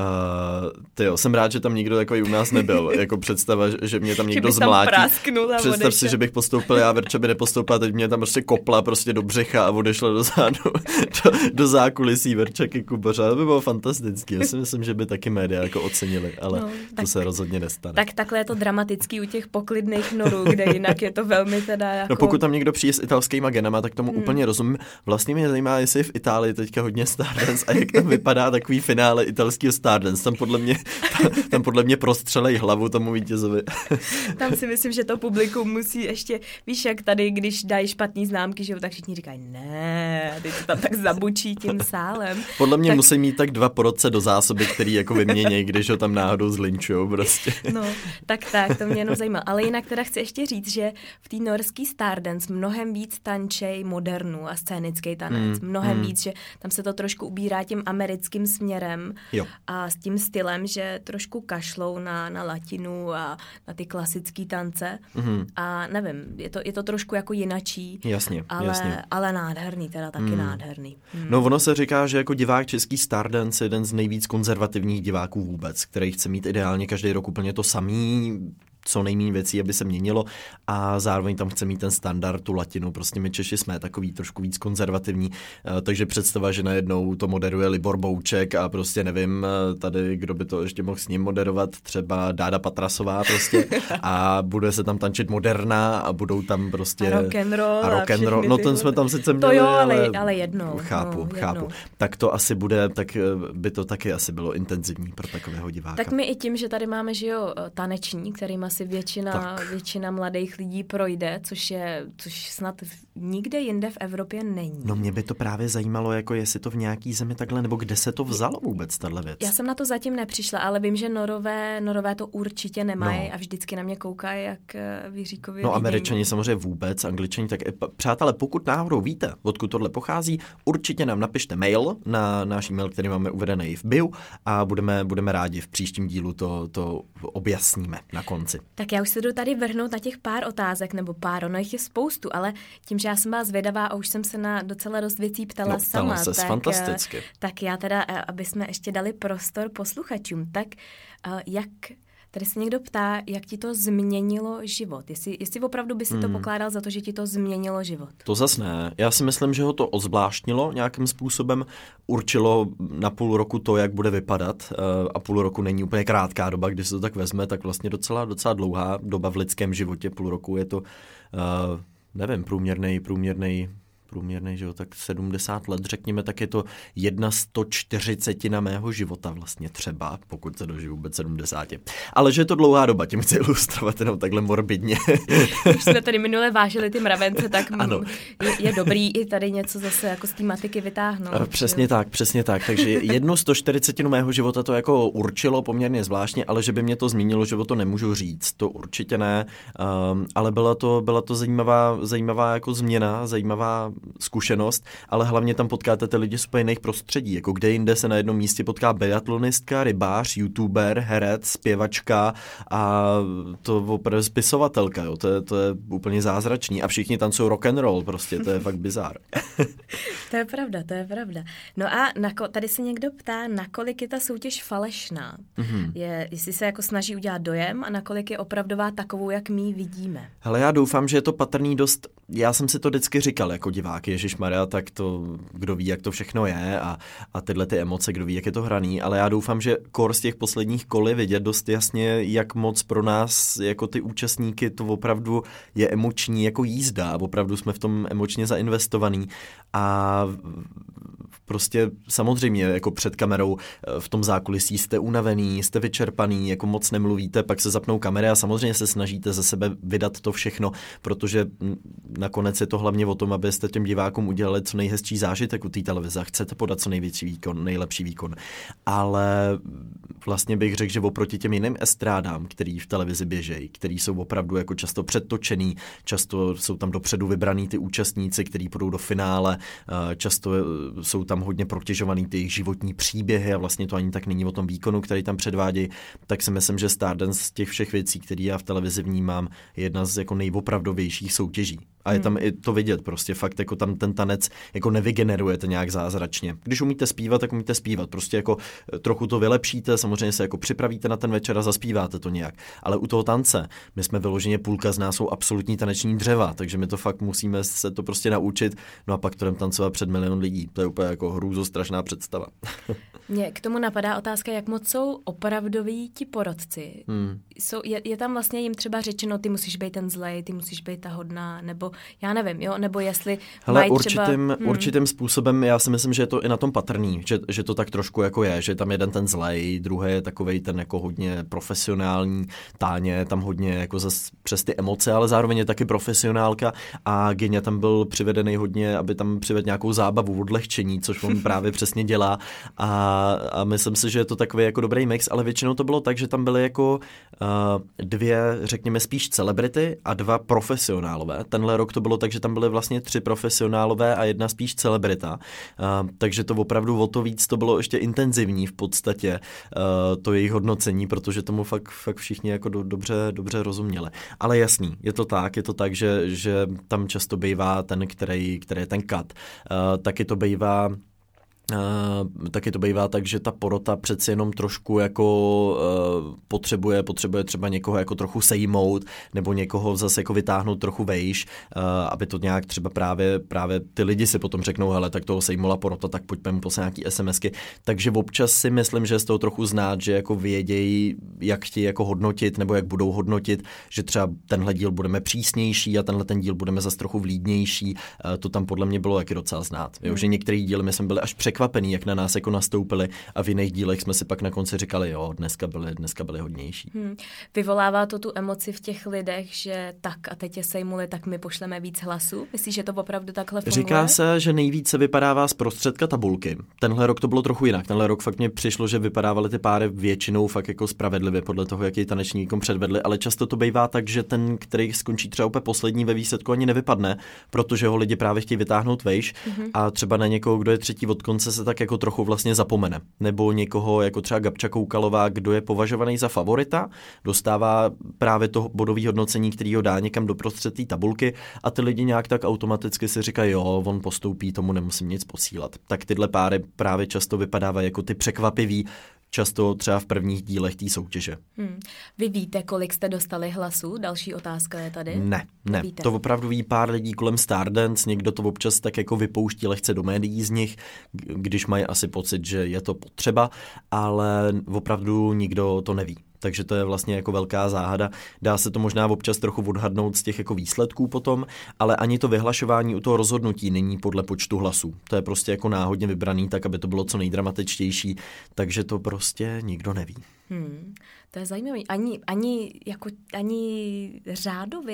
ty jo, jsem rád, že tam nikdo takový u nás nebyl. Jako představa, že mě tam někdo zmlátí. Představ si, že bych postoupil, já Verča by nepostoupila, teď mě tam prostě kopla prostě do břicha a odešla do zádu, do, do zákulisí Verča ke Kubořa. To by bylo fantastický. Já si myslím, že by taky média jako ocenili, ale no, to tak, se rozhodně nestane. Tak takhle je to dramatický u těch poklidných norů, kde jinak je to velmi teda jako... No pokud tam někdo přijde s italskýma genama, tak tomu hmm. úplně rozumím. Vlastně mě zajímá, jestli je v Itálii teďka hodně Stardance a jak tam vypadá takový finále italského Stardance. Tam podle mě, tam, tam podle mě prostřelej hlavu tomu vítězovi. Tam si myslím, že to publikum musí ještě, víš, jak tady, když dají špatný známky, že jo, tak všichni říkají, ne, teď to tam tak zabučí tím sálem. Podle mě tak... musí mít tak dva po roce do zásoby, který jako vyměnějí, když ho tam náhodou zlinčujou prostě. No, tak tak, to mě jenom zajímalo. Ale jinak teda chci ještě říct, že v té norský Stardance mnohem víc tančej modernu a scénický tanec. Mm, mnohem mm. víc, že tam se to trošku ubírá tím americkým směrem jo. a s tím stylem, že trošku kašlou na, na latinu a na ty klasické tance. Mm. A nevím, je to, je to trošku jako jinačí. Jasně, ale, jasně. ale nádherný, teda taky mm. nádherný. Mm. No ono se říká, že jako divák český Stardance je jeden z nejvíc konzervativních diváků vůbec, který chce mít ideálně každý rok úplně to samý, co nejméně věcí, aby se měnilo a zároveň tam chce mít ten standard, tu latinu. Prostě my Češi jsme takový trošku víc konzervativní, takže představa, že najednou to moderuje Libor Bouček a prostě nevím tady, kdo by to ještě mohl s ním moderovat, třeba Dáda Patrasová prostě a bude se tam tančit moderna a budou tam prostě... A rock'n'roll. A rock'n'roll. No ten jsme tam sice měli, to jo, ale, ale, ale jednou. Chápu, no, chápu. jednou. Tak to asi bude, tak by to taky asi bylo intenzivní pro takového diváka. Tak my i tím, že tady máme, že jo, taneční, kterým asi většina, většina mladých lidí projde, což je, což snad nikde jinde v Evropě není. No mě by to právě zajímalo, jako jestli to v nějaký zemi takhle, nebo kde se to vzalo vůbec, tahle věc. Já jsem na to zatím nepřišla, ale vím, že Norové, Norové to určitě nemají no. a vždycky na mě koukají, jak Jiříkovi. No Američani samozřejmě vůbec, Angličani, tak přátelé, pokud náhodou víte, odkud tohle pochází, určitě nám napište mail na náš e-mail, který máme uvedený v bio a budeme, budeme rádi v příštím dílu to, to objasníme na konci. Tak já už se jdu tady vrhnout na těch pár otázek, nebo pár, ono jich je spoustu, ale tím, že já jsem byla zvědavá a už jsem se na docela dost věcí ptala no, sama, ses tak, fantasticky. tak já teda, aby jsme ještě dali prostor posluchačům, tak jak... Tady se někdo ptá, jak ti to změnilo život. Jestli, jestli opravdu by si to pokládal za to, že ti to změnilo život. To zas ne. Já si myslím, že ho to ozvláštnilo nějakým způsobem. Určilo na půl roku to, jak bude vypadat. A půl roku není úplně krátká doba, když se to tak vezme, tak vlastně docela, docela dlouhá doba v lidském životě. Půl roku je to, nevím, průměrnej, průměrnej, průměrný, že jo, tak sedmdesát let, řekněme, tak je to jedna sto čtyřicetina mého života vlastně třeba, pokud se dožiju vůbec sedmdesáti. Ale že je to dlouhá doba, tím chci ilustrovat jenom takhle morbidně. Už jsme tady minule vážili ty mravence, tak je, je dobrý i tady něco zase jako z té matiky vytáhnout. Přesně tak, přesně tak. Takže jednu sto čtyřicetinu mého života to jako určilo poměrně zvláštně, ale že by mě to změnilo život, to nemůžu říct, to určitě ne, um, ale byla to, byla to zajímavá, zajímavá jako změna, zajímavá zkušenost, ale hlavně tam potkáte ty lidi z úplně jiných prostředí, jako kde jinde se na jednom místě potká biatlonistka, rybář, youtuber, herec, zpěvačka a to opravdu spisovatelka, jo, to je, to je úplně zázračný a všichni tancují rock and roll, prostě, to je fakt bizár. To je pravda, to je pravda. No a nako, tady se někdo ptá, nakolik je ta soutěž falešná. Mm-hmm. Je, jestli se jako snaží udělat dojem a nakolik je opravdová takovou, jak my ji vidíme. Hele, já doufám, že je to patrný dost, já jsem si to vždycky říkal jako divák, ježišmarja, tak to, kdo ví, jak to všechno je a, a tyhle ty emoce, kdo ví, jak je to hraný, ale já doufám, že kor z těch posledních kol je vidět dost jasně, jak moc pro nás jako ty účastníky to opravdu je emoční jako jízda, opravdu jsme v tom emočně zainvestovaný a prostě samozřejmě jako před kamerou v tom zákulisí jste unavený, jste vyčerpaný, jako moc nemluvíte, pak se zapnou kamery a samozřejmě se snažíte ze sebe vydat to všechno, protože nakonec je to hlavně o tom, abyste těm divákům udělali co nejhezčí zážitek u té televize. Chcete podat co největší výkon, nejlepší výkon. Ale vlastně bych řekl, že oproti těm jiným estrádám, který v televizi běžejí, který jsou opravdu jako často předtočený, často jsou tam dopředu vybraný ty účastníci, kteří půjdou do finále, často jsou tam hodně protěžovaný ty jejich životní příběhy a vlastně to ani tak není o tom výkonu, který tam předvádějí, tak si myslím, že Stardance z těch všech věcí, které já v televizi vnímám, je jedna z jako nejopravdovějších soutěží. A je tam hmm. i to vidět, prostě fakt jako tam ten tanec jako nevygenerujete nějak zázračně. Když umíte zpívat, tak umíte zpívat, prostě jako trochu to vylepšíte, samozřejmě se jako připravíte na ten večer a zaspíváte to nějak. Ale u toho tance, my jsme vyloženě půlka z nás jsou absolutní taneční dřeva, takže my to fakt musíme se to prostě naučit, no a pak to jdem tancovat před milion lidí. To je úplně jako hrůzostrašná představa. Mně k tomu napadá otázka, jak moc jsou opravdoví ti porotci. Hmm. Jsou, je, je tam vlastně jim třeba řečeno, ty musíš být ten zlej, ty musíš být ta hodná, nebo já nevím, jo, nebo jestli Hele, mají určitým, třeba... Hmm. určitým způsobem, já si myslím, že je to i na tom patrný, že, že to tak trošku jako je, že tam jeden ten zlej, druhý je takovej ten jako hodně profesionální, Táně je tam hodně jako zas přes ty emoce, ale zároveň je taky profesionálka a Gyňa tam byl přivedený hodně, aby tam přivedl nějakou zábavu, odlehčení, což on právě přesně dělá a, a myslím si, že je to takový jako dobrý mix, ale většinou to bylo tak, že tam byly jako uh, dvě, řekněme spíš celebrity a dva profesionálové. Tenhle rok to bylo tak, že tam byly vlastně tři profesionálové a jedna spíš celebrita, uh, takže to opravdu o to víc to bylo ještě intenzivní v podstatě uh, to jejich hodnocení, protože tomu fakt, fakt všichni jako do, dobře, dobře rozuměli. Ale jasný, je to tak, je to tak, že, že tam často bývá ten, který, který je ten cut. Uh, taky to bývá Uh, taky to bývá tak, že ta porota přeci jenom trošku jako uh, potřebuje, potřebuje třeba někoho jako trochu sejmout nebo někoho zase jako vytáhnout trochu vejš, uh, aby to nějak třeba právě, právě ty lidi si potom řeknou, hele, tak toho sejmola porota, tak pojďme mu poslat nějaký SMSky. Takže občas si myslím, že je z toho trochu znát, že jako vědějí, jak chtějí jako hodnotit nebo jak budou hodnotit, že třeba tenhle díl budeme přísnější a tenhle ten díl budeme zase trochu vlídnější. Uh, to tam podle mě bylo taky docela znát. Jo, že některý díly my jsme byli až překvapený, jak na nás jako nastoupili a v jiných dílech jsme si pak na konci říkali, jo, dneska byli, dneska byli hodnější. Hmm. Vyvolává to tu emoci v těch lidech, že tak a teď je sejmuli, tak my pošleme víc hlasů? Myslíš, že to opravdu takhle funguje? Říká se, že nejvíce vypadává z prostředka tabulky. Tenhle rok to bylo trochu jinak. Tenhle rok fakt mě přišlo, že vypadávaly ty páry většinou fakt jako spravedlivě podle toho, jaký taneční výkon předvedli, ale často to bývá tak, že ten, který skončí třeba úplně poslední ve výsledku, ani nevypadne, protože ho lidi právě chtějí vytáhnout vejš hmm. a třeba na někoho, kdo je třetí od konce, se tak jako trochu vlastně zapomene. Nebo někoho jako třeba Gabča Koukalová, kdo je považovaný za favorita, dostává právě to bodové hodnocení, který ho dá někam do prostřed té tabulky a ty lidi nějak tak automaticky si říkají, jo, on postoupí, tomu nemusím nic posílat. Tak tyhle páry právě často vypadávají jako ty překvapivý, často třeba v prvních dílech té soutěže. Hmm. Vy víte, kolik jste dostali hlasů? Další otázka je tady. Ne, ne. Víte. To opravdu ví pár lidí kolem Stardance, někdo to občas tak jako vypouští lehce do médií z nich, když mají asi pocit, že je to potřeba, ale opravdu nikdo to neví. Takže to je vlastně jako velká záhada. Dá se to možná občas trochu odhadnout z těch jako výsledků potom, ale ani to vyhlašování u toho rozhodnutí není podle počtu hlasů. To je prostě jako náhodně vybraný tak, aby to bylo co nejdramatičtější, takže to prostě nikdo neví. Hmm, to je zajímavé. Ani, ani, jako, ani řádově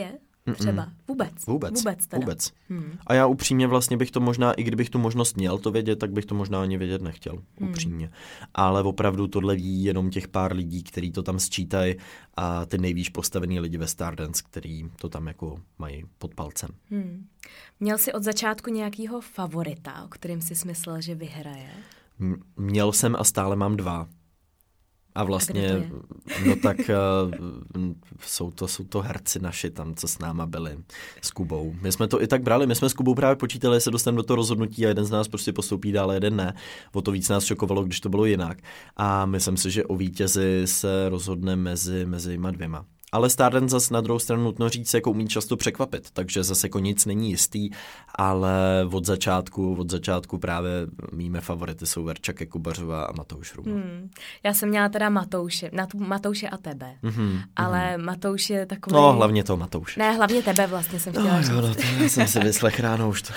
třeba. Vůbec. Vůbec. Vůbec. Teda. Vůbec. Hmm. A já upřímně vlastně bych to možná, i kdybych tu možnost měl to vědět, tak bych to možná ani vědět nechtěl. Hmm. Upřímně. Ale opravdu tohle ví jenom těch pár lidí, kteří to tam sčítají a ty nejvýš postavený lidi ve Stardance, který to tam jako mají pod palcem. Hmm. Měl jsi od začátku nějakýho favorita, o kterým jsi myslel, že vyhraje? M- měl jsem a stále mám dva. A vlastně, a no tak uh, jsou, to, jsou to herci naši tam, co s náma byli, s Kubou. My jsme to i tak brali, my jsme s Kubou právě počítali, že se dostaneme do toho rozhodnutí a jeden z nás prostě postoupí dál, jeden ne. O to víc nás šokovalo, když to bylo jinak. A myslím si, že o vítězi se rozhodne mezi, mezi jima dvěma. Ale Stardance zase na druhou stranu nutno říct, jako umí často překvapit, takže zase jako nic není jistý, ale od začátku, od začátku právě mými favority jsou Verča Kekubařová a Matouš Ruml. Hmm. Já jsem měla teda Matouše, na tu Matouše a tebe, mm-hmm, ale mm-hmm. Matouš je takový... No, hlavně to Matouše. Ne, hlavně tebe vlastně jsem chtěla no, říct. No, no, to já jsem si vyslech ráno už to.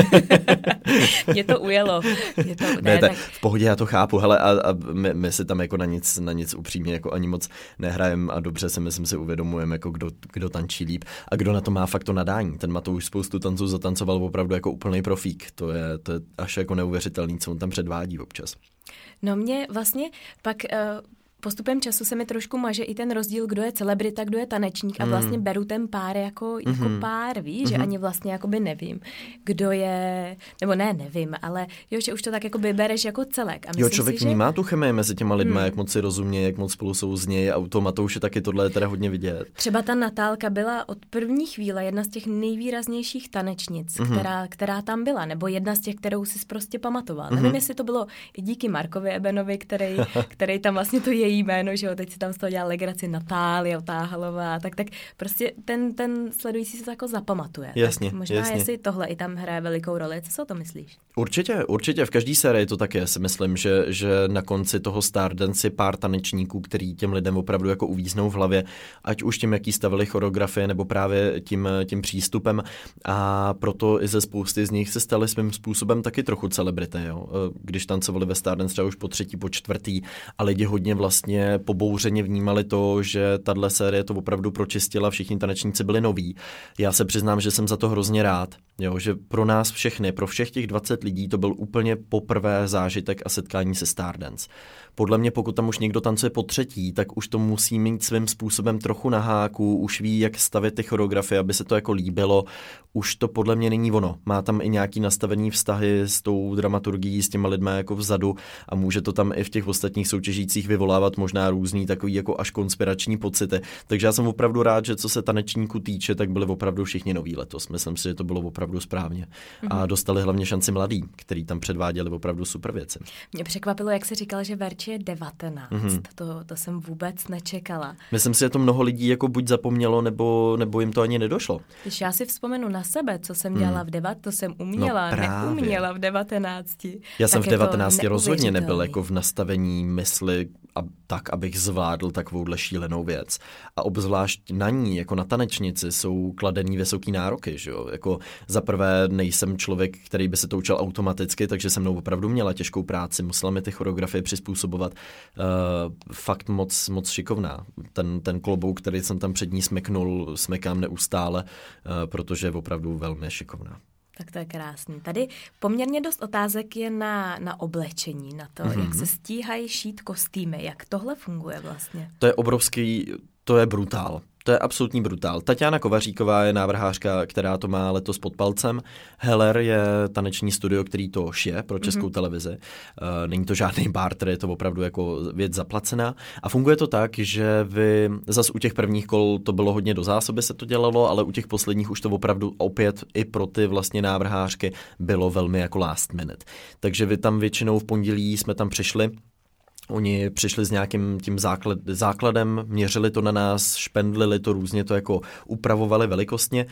Mě to ujelo. Mě to, ne, ne, tak... V pohodě, já to chápu, hele, a, a my, my si tam jako na nic, na nic upřímně jako ani moc nehrajeme a dobře si myslím si uvědomujeme, jako kdo, kdo tančí líp a kdo na to má fakt to nadání. Ten Matouš spoustu tanců zatancoval opravdu jako úplný profík. To je, to je až jako neuvěřitelný, co on tam předvádí občas. No mě vlastně pak... Uh... Postupem času se mi trošku maže i ten rozdíl, kdo je celebrita, kdo je tanečník a vlastně beru ten pár jako, jako mm-hmm. pár, víš, mm-hmm. že ani vlastně jakoby nevím, kdo je, nebo ne, nevím, ale jo, že už to tak jakoby bereš jako celek. A jo, člověk si, vnímá že... tu chemii mezi těma lidma, hmm. jak moc si rozumějí, jak moc spolu souznějí a u toho Matouše taky tohle je teda hodně vidět. Třeba ta Natálka byla od první chvíle jedna z těch nejvýraznějších tanečnic, mm-hmm. která, která tam byla, nebo jedna z těch, kterou si prostě pamatoval. Mm-hmm. Nevím, jestli to bylo i díky Markovi Ebenovi, který, který tam vlastně to její jméno, že jo, teď si tam z toho dělal legraci Natália Otáhalová, tak, tak prostě ten, ten sledující se to jako zapamatuje. Jasně, tak možná jasně. jestli tohle i tam hraje velikou roli. Co si o to myslíš? Určitě, určitě. V každé sérii to tak je, si myslím, že, že na konci toho Stardance je pár tanečníků, který těm lidem opravdu jako uvíznou v hlavě, ať už tím, jaký stavili choreografie, nebo právě tím, tím přístupem. A proto i ze spousty z nich se staly svým způsobem taky trochu celebrity, jo. Když tancovali ve Stardance třeba už po třetí, po čtvrtý a lidi hodně vlastně pobouřeně vnímali to, že tahle série to opravdu pročistila, všichni tanečníci byli noví. Já se přiznám, že jsem za to hrozně rád, jo, že pro nás všechny, pro všech těch dvacet lidí to byl úplně poprvé zážitek a setkání se Stardance. Podle mě, pokud tam už někdo tancuje po třetí, tak už to musí mít svým způsobem trochu na háku, už ví, jak stavět ty choreografie, aby se to jako líbilo. Už to podle mě není ono. Má tam i nějaký nastavený vztahy s tou dramaturgií, s těma lidmi jako vzadu a může to tam i v těch ostatních soutěžících vyvolávat možná různý takový jako až konspirační pocity. Takže já jsem opravdu rád, že co se tanečníků týče, tak byli opravdu všichni noví letos. Myslím si, že to bylo opravdu správně. Mm-hmm. A dostali hlavně šanci mladí, kteří tam předváděli opravdu super věci. Mě překvapilo, jak jsi říkal, že Verči je devatenáct. Mm-hmm. To, to jsem vůbec nečekala. Myslím si, že to mnoho lidí jako buď zapomnělo, nebo, nebo jim to ani nedošlo. Když já si vzpomenu na sebe, co jsem dělala hmm. v devat, to jsem uměla, no neuměla v devatenácti. Já jsem v devatenácti rozhodně nebyl jako v nastavení mysli a tak, abych zvládl takovouhle šílenou věc. A obzvlášť na ní, jako na tanečnici, jsou kladený vysoký nároky, že jo? Jako za prvé nejsem člověk, který by se to učil automaticky, takže se mnou opravdu měla těžkou práci, musela mi ty choreografie přizpůsobovat. Uh, fakt moc, moc šikovná. Ten, ten klobouk, který jsem tam před ní smeknul, smekám neustále, uh, protože je opravdu velmi šikovná. Tak to je krásný. Tady poměrně dost otázek je na, na oblečení, na to, mm-hmm. jak se stíhají šít kostýmy. Jak tohle funguje vlastně? To je obrovský, to je brutál. To je absolutní brutál. Tatiana Kovaříková je návrhářka, která to má letos pod palcem. Heller je taneční studio, který to šije pro Českou mm-hmm. televizi. Uh, není to žádný barter, je to opravdu jako věc zaplacená. A funguje to tak, že vy, zas u těch prvních kol to bylo hodně do zásoby se to dělalo, ale u těch posledních už to opravdu opět i pro ty vlastně návrhářky bylo velmi jako last minute. Takže vy tam většinou v pondělí jsme tam přišli. Oni přišli s nějakým tím základ, základem, měřili to na nás, špendlili to různě, to jako upravovali velikostně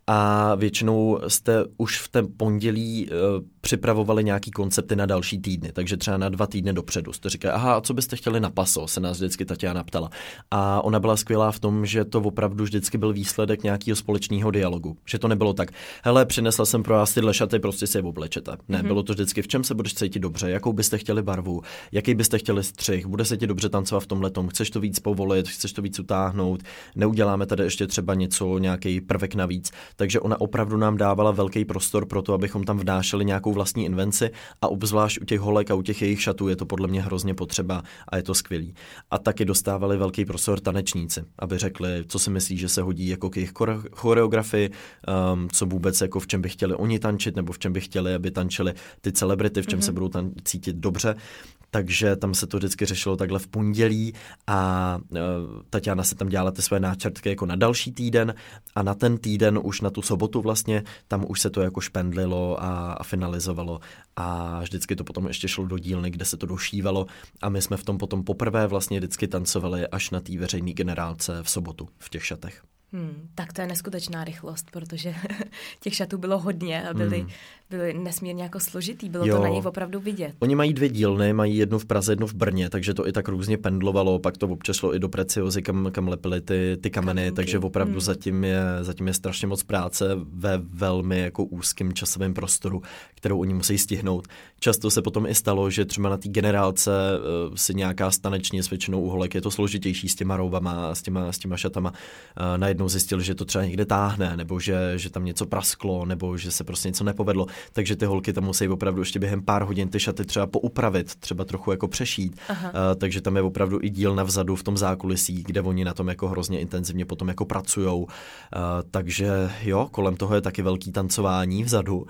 a většinou jste už v ten pondělí uh, připravovali nějaký koncepty na další týdny, takže třeba na dva týdny dopředu. Jste říkali, aha, a co byste chtěli na paso, se nás vždycky Tatiana ptala. A ona byla skvělá v tom, že to opravdu vždycky byl výsledek nějakého společného dialogu. Že to nebylo tak, hele, přinesla jsem pro vás tyhle šaty, prostě si je oblečete. Ne, mm-hmm. bylo to vždycky, v čem se budeš cítit dobře, jakou byste chtěli barvu, jaký byste chtěli udělali střih, bude se ti dobře tancovat v tomhletom, chceš to víc povolit, chceš to víc utáhnout, neuděláme tady ještě třeba něco, nějaký prvek navíc. Takže ona opravdu nám dávala velký prostor pro to, abychom tam vnášeli nějakou vlastní invenci a obzvlášť u těch holek a u těch jejich šatů je to podle mě hrozně potřeba a je to skvělý. A taky dostávali velký prostor tanečníci, aby řekli, co si myslí, že se hodí jako k jejich choreografii, um, co vůbec jako v čem by chtěli oni tančit, nebo v čem by chtěli, aby tančili ty celebrity, v čem mm-hmm. se budou tam cítit dobře. Takže tam se to vždycky řešilo takhle v pondělí a uh, Tatiana se tam dělala ty své náčrtky jako na další týden a na ten týden už na tu sobotu vlastně, tam už se to jako špendlilo a, a finalizovalo a vždycky to potom ještě šlo do dílny, kde se to došívalo a my jsme v tom potom poprvé vlastně vždycky tancovali až na té veřejné generálce v sobotu v těch šatech. Hmm, tak to je neskutečná rychlost, protože těch šatů bylo hodně a byly, hmm. byly nesmírně jako složitý, bylo jo. to na nich opravdu vidět. Oni mají dvě dílny, mají jednu v Praze, jednu v Brně, takže to i tak různě pendlovalo, pak to občas šlo i do Preciozy, kam, kam lepili ty, ty kameny, Kaminky. Takže opravdu hmm. zatím, je, zatím je strašně moc práce ve velmi jako úzkém časovém prostoru, kterou oni musí stihnout. Často se potom i stalo, že třeba na té generálce uh, si nějaká staneční s většinou u holek je to složitější s těma roubama a s těma, s těma šatama. Uh, najednou zjistili, že to třeba někde táhne, nebo že, že tam něco prasklo, nebo že se prostě něco nepovedlo, takže ty holky tam musí opravdu ještě během pár hodin ty šaty třeba poupravit, třeba trochu jako přešít, uh, takže tam je opravdu i dílna vzadu v tom zákulisí, kde oni na tom jako hrozně intenzivně potom jako pracujou, uh, takže jo, kolem toho je taky velký tancování vzadu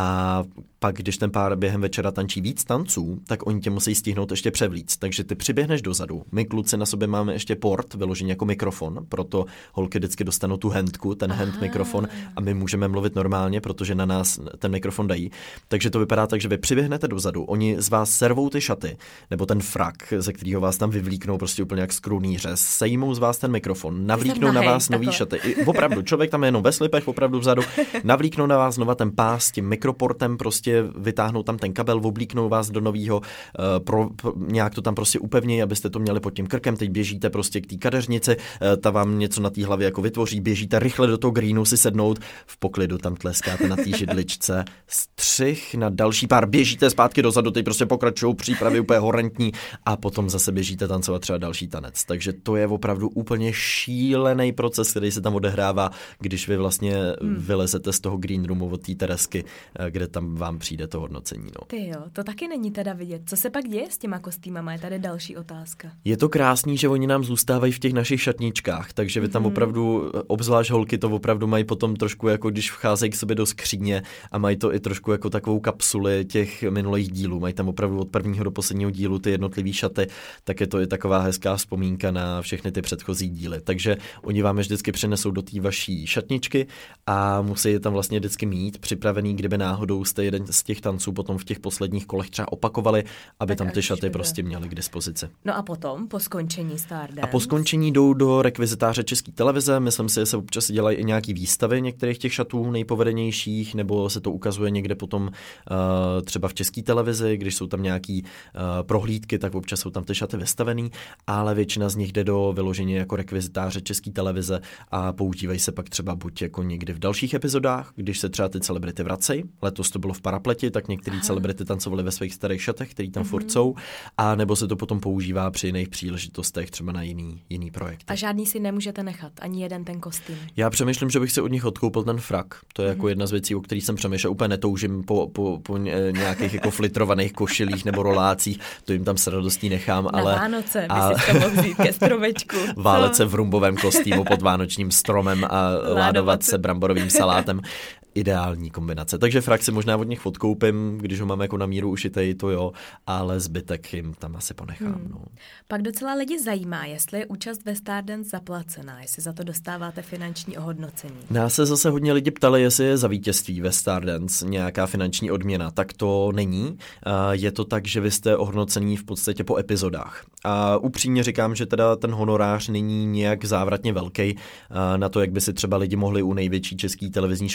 a pak, když ten pár během večera tančí víc tanců, tak oni tě musí stihnout ještě převlíct. Takže ty přiběhneš dozadu. My kluci na sobě máme ještě port, vyložený jako mikrofon, proto holky vždycky dostanou tu handku, ten hand mikrofon a my můžeme mluvit normálně, protože na nás ten mikrofon dají. Takže to vypadá tak, že vy přiběhnete dozadu, oni z vás servou ty šaty, nebo ten frak, ze kterého vás tam vyvlíknou prostě úplně jak skrůný řez, sejmou z vás ten mikrofon, navlíknou na vás nový šaty. I opravdu, člověk tam je jenom ve slipech, opravdu vzadu, navlíknou na vás znova ten pás s tím mikroportem, prostě vytáhnou tam ten kabel, oblíknou vás do novýho, uh, pro, pro, nějak to tam prostě upevnějí, abyste to měli pod tím krkem, teď běžíte prostě k té kadeřnici, uh, ta vám něco na té hlavě jako vytvoří, běžíte rychle do toho greenu si sednout, v poklidu tam tleskáte na té židličce, střih na další pár, běžíte zpátky dozadu, teď prostě pokračují přípravy úplně horentní a potom zase běžíte tancovat třeba další tanec. Takže to je opravdu úplně šílený proces, který se tam odehrává, když vy vlastně hmm. vylezete z toho green roomu od té Teresky, kde tam vám přijde to hodnocení. No. Ty jo, to taky není teda vidět. Co se pak děje s těma kostýmama? Je tady další otázka. Je to krásný, že oni nám zůstávají v těch našich šatničkách, takže vy tam mm-hmm. opravdu, obzvlášť holky to opravdu mají potom trošku jako když vcházejí k sobě do skříně a mají to i trošku jako takovou kapsuli těch minulých dílů. Mají tam opravdu od prvního do posledního dílu ty jednotlivý šaty, tak je to i taková hezká vzpomínka na všechny ty předchozí díly. Takže oni vám je vždycky přinesou do té vaší šatničky a musí je tam vlastně vždycky mít připravený, kdyby náhodou jste jeden z těch tanců potom v těch posledních kolech třeba opakovali, aby tak tam ty šaty prostě měli k dispozici. No a potom, po skončení Stardance? A po skončení jdou do rekvizitáře České televize, myslím si, že se občas dělají i nějaký výstavy některých těch šatů nejpovedenějších, nebo se to ukazuje někde potom uh, třeba v České televizi, když jsou tam nějaký uh, prohlídky, tak občas jsou tam ty šaty vystavený, ale většina z nich jde do vyložení jako rekvizitáře České televize a používají se pak třeba buď jako někdy v dalších epizodách, když se třeba ty celebrity vracejí. Letos to bylo v Parapleti, tak některé celebrity tancovaly ve svých starých šatech, který tam mm-hmm. furt jsou, a nebo se to potom používá při jiných příležitostech, třeba na jiný, jiný projekty. A žádný si nemůžete nechat, ani jeden ten kostým. Já přemýšlím, že bych si od nich odkoupil ten frak. To je mm-hmm. jako jedna z věcí, o kterých jsem přemýšlel. Úplně netoužím po, po, po nějakých jako flitrovaných košilích nebo rolácích, to jim tam s radostí nechám. Na ale, Vánoce a... by si to mohl vzít ke stromečku. Válet se v rumbovém kostýmu pod vánočním stromem a ládovat se bramborovým salátem. Ideální kombinace. Takže frak si možná od nich odkoupím, když ho mám jako na míru ušitej, to jo, ale zbytek jim tam asi ponechám. Hmm. No. Pak docela lidi zajímá, jestli je účast ve Stardance zaplacená, jestli za to dostáváte finanční ohodnocení. Nás se zase hodně lidi ptali, jestli je za vítězství ve Stardance nějaká finanční odměna. Tak to není. Je to tak, že vy jste ohodnocení v podstatě po epizodách. A upřímně říkám, že teda ten honorář není nějak závratně velký na to, jak by si třeba lidi mohli u největší české televizní show myslet.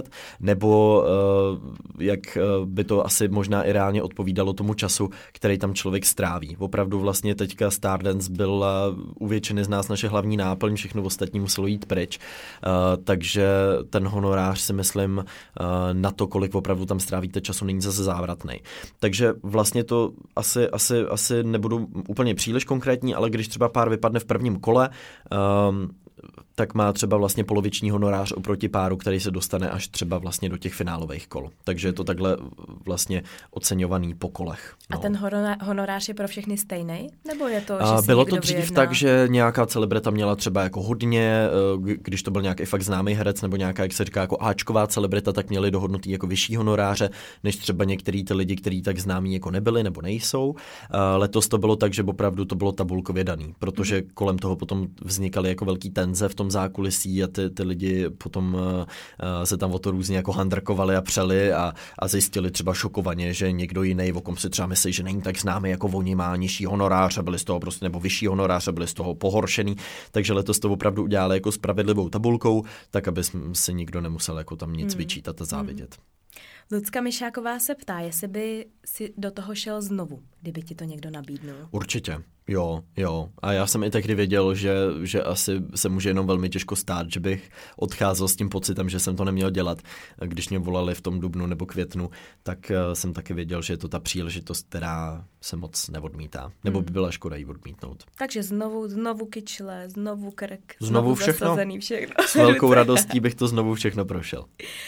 let, nebo uh, jak uh, by to asi možná i reálně odpovídalo tomu času, který tam člověk stráví. Opravdu vlastně teďka Stardance byla u většiny z nás naše hlavní náplň, všechno ostatní muselo jít pryč, uh, takže ten honorář si myslím uh, na to, kolik opravdu tam strávíte času, není zase závratný. Takže vlastně to asi, asi, asi nebudu úplně příliš konkrétní, ale když třeba pár vypadne v prvním kole, um, tak má třeba vlastně poloviční honorář oproti páru, který se dostane až třeba vlastně do těch finálových kol. Takže je to takhle vlastně oceňovaný po kolech. No. A ten honorář je pro všechny stejný? Nebo je to, že A si bylo někdo to dřív vyjedná? tak, že nějaká celebrita měla třeba jako hodně, když to byl nějaký fakt známý herec nebo nějaká, jak se říká, jako áčková celebrita, tak měli dohodnutý jako vyšší honoráře, než třeba některý ty lidi, kteří tak známí jako nebyli nebo nejsou. Letos to bylo tak, že opravdu to bylo tabulkově daný, protože mm. kolem toho potom vznikaly jako velký tenze v tom zákulisí a ty, ty lidi potom uh, se tam o to různě jako handrkovali a přeli a, a zjistili třeba šokovaně, že někdo jiný, o kom si třeba myslí, že není tak známý jako oni, má nižší honorář a byli z toho prostě, nebo vyšší honorář a byli z toho pohoršený, takže letos to opravdu udělali jako spravedlivou tabulkou, tak aby si nikdo nemusel jako tam nic mm. vyčítat a závidět. Mm. Lucka Mišáková se ptá, jestli by si do toho šel znovu, kdyby ti to někdo nabídnul. Určitě. Jo, jo. A já jsem i tehdy věděl, že, že asi se může jenom velmi těžko stát, že bych odcházel s tím pocitem, že jsem to neměl dělat. Když mě volali v tom dubnu nebo květnu, tak jsem taky věděl, že je to ta příležitost, která se moc neodmítá. Nebo by byla škoda jí odmítnout. Takže znovu, znovu kyčle, znovu krk, znovu, znovu všechno. zasazený všechno. S velkou radostí bych to znovu všechno prošel.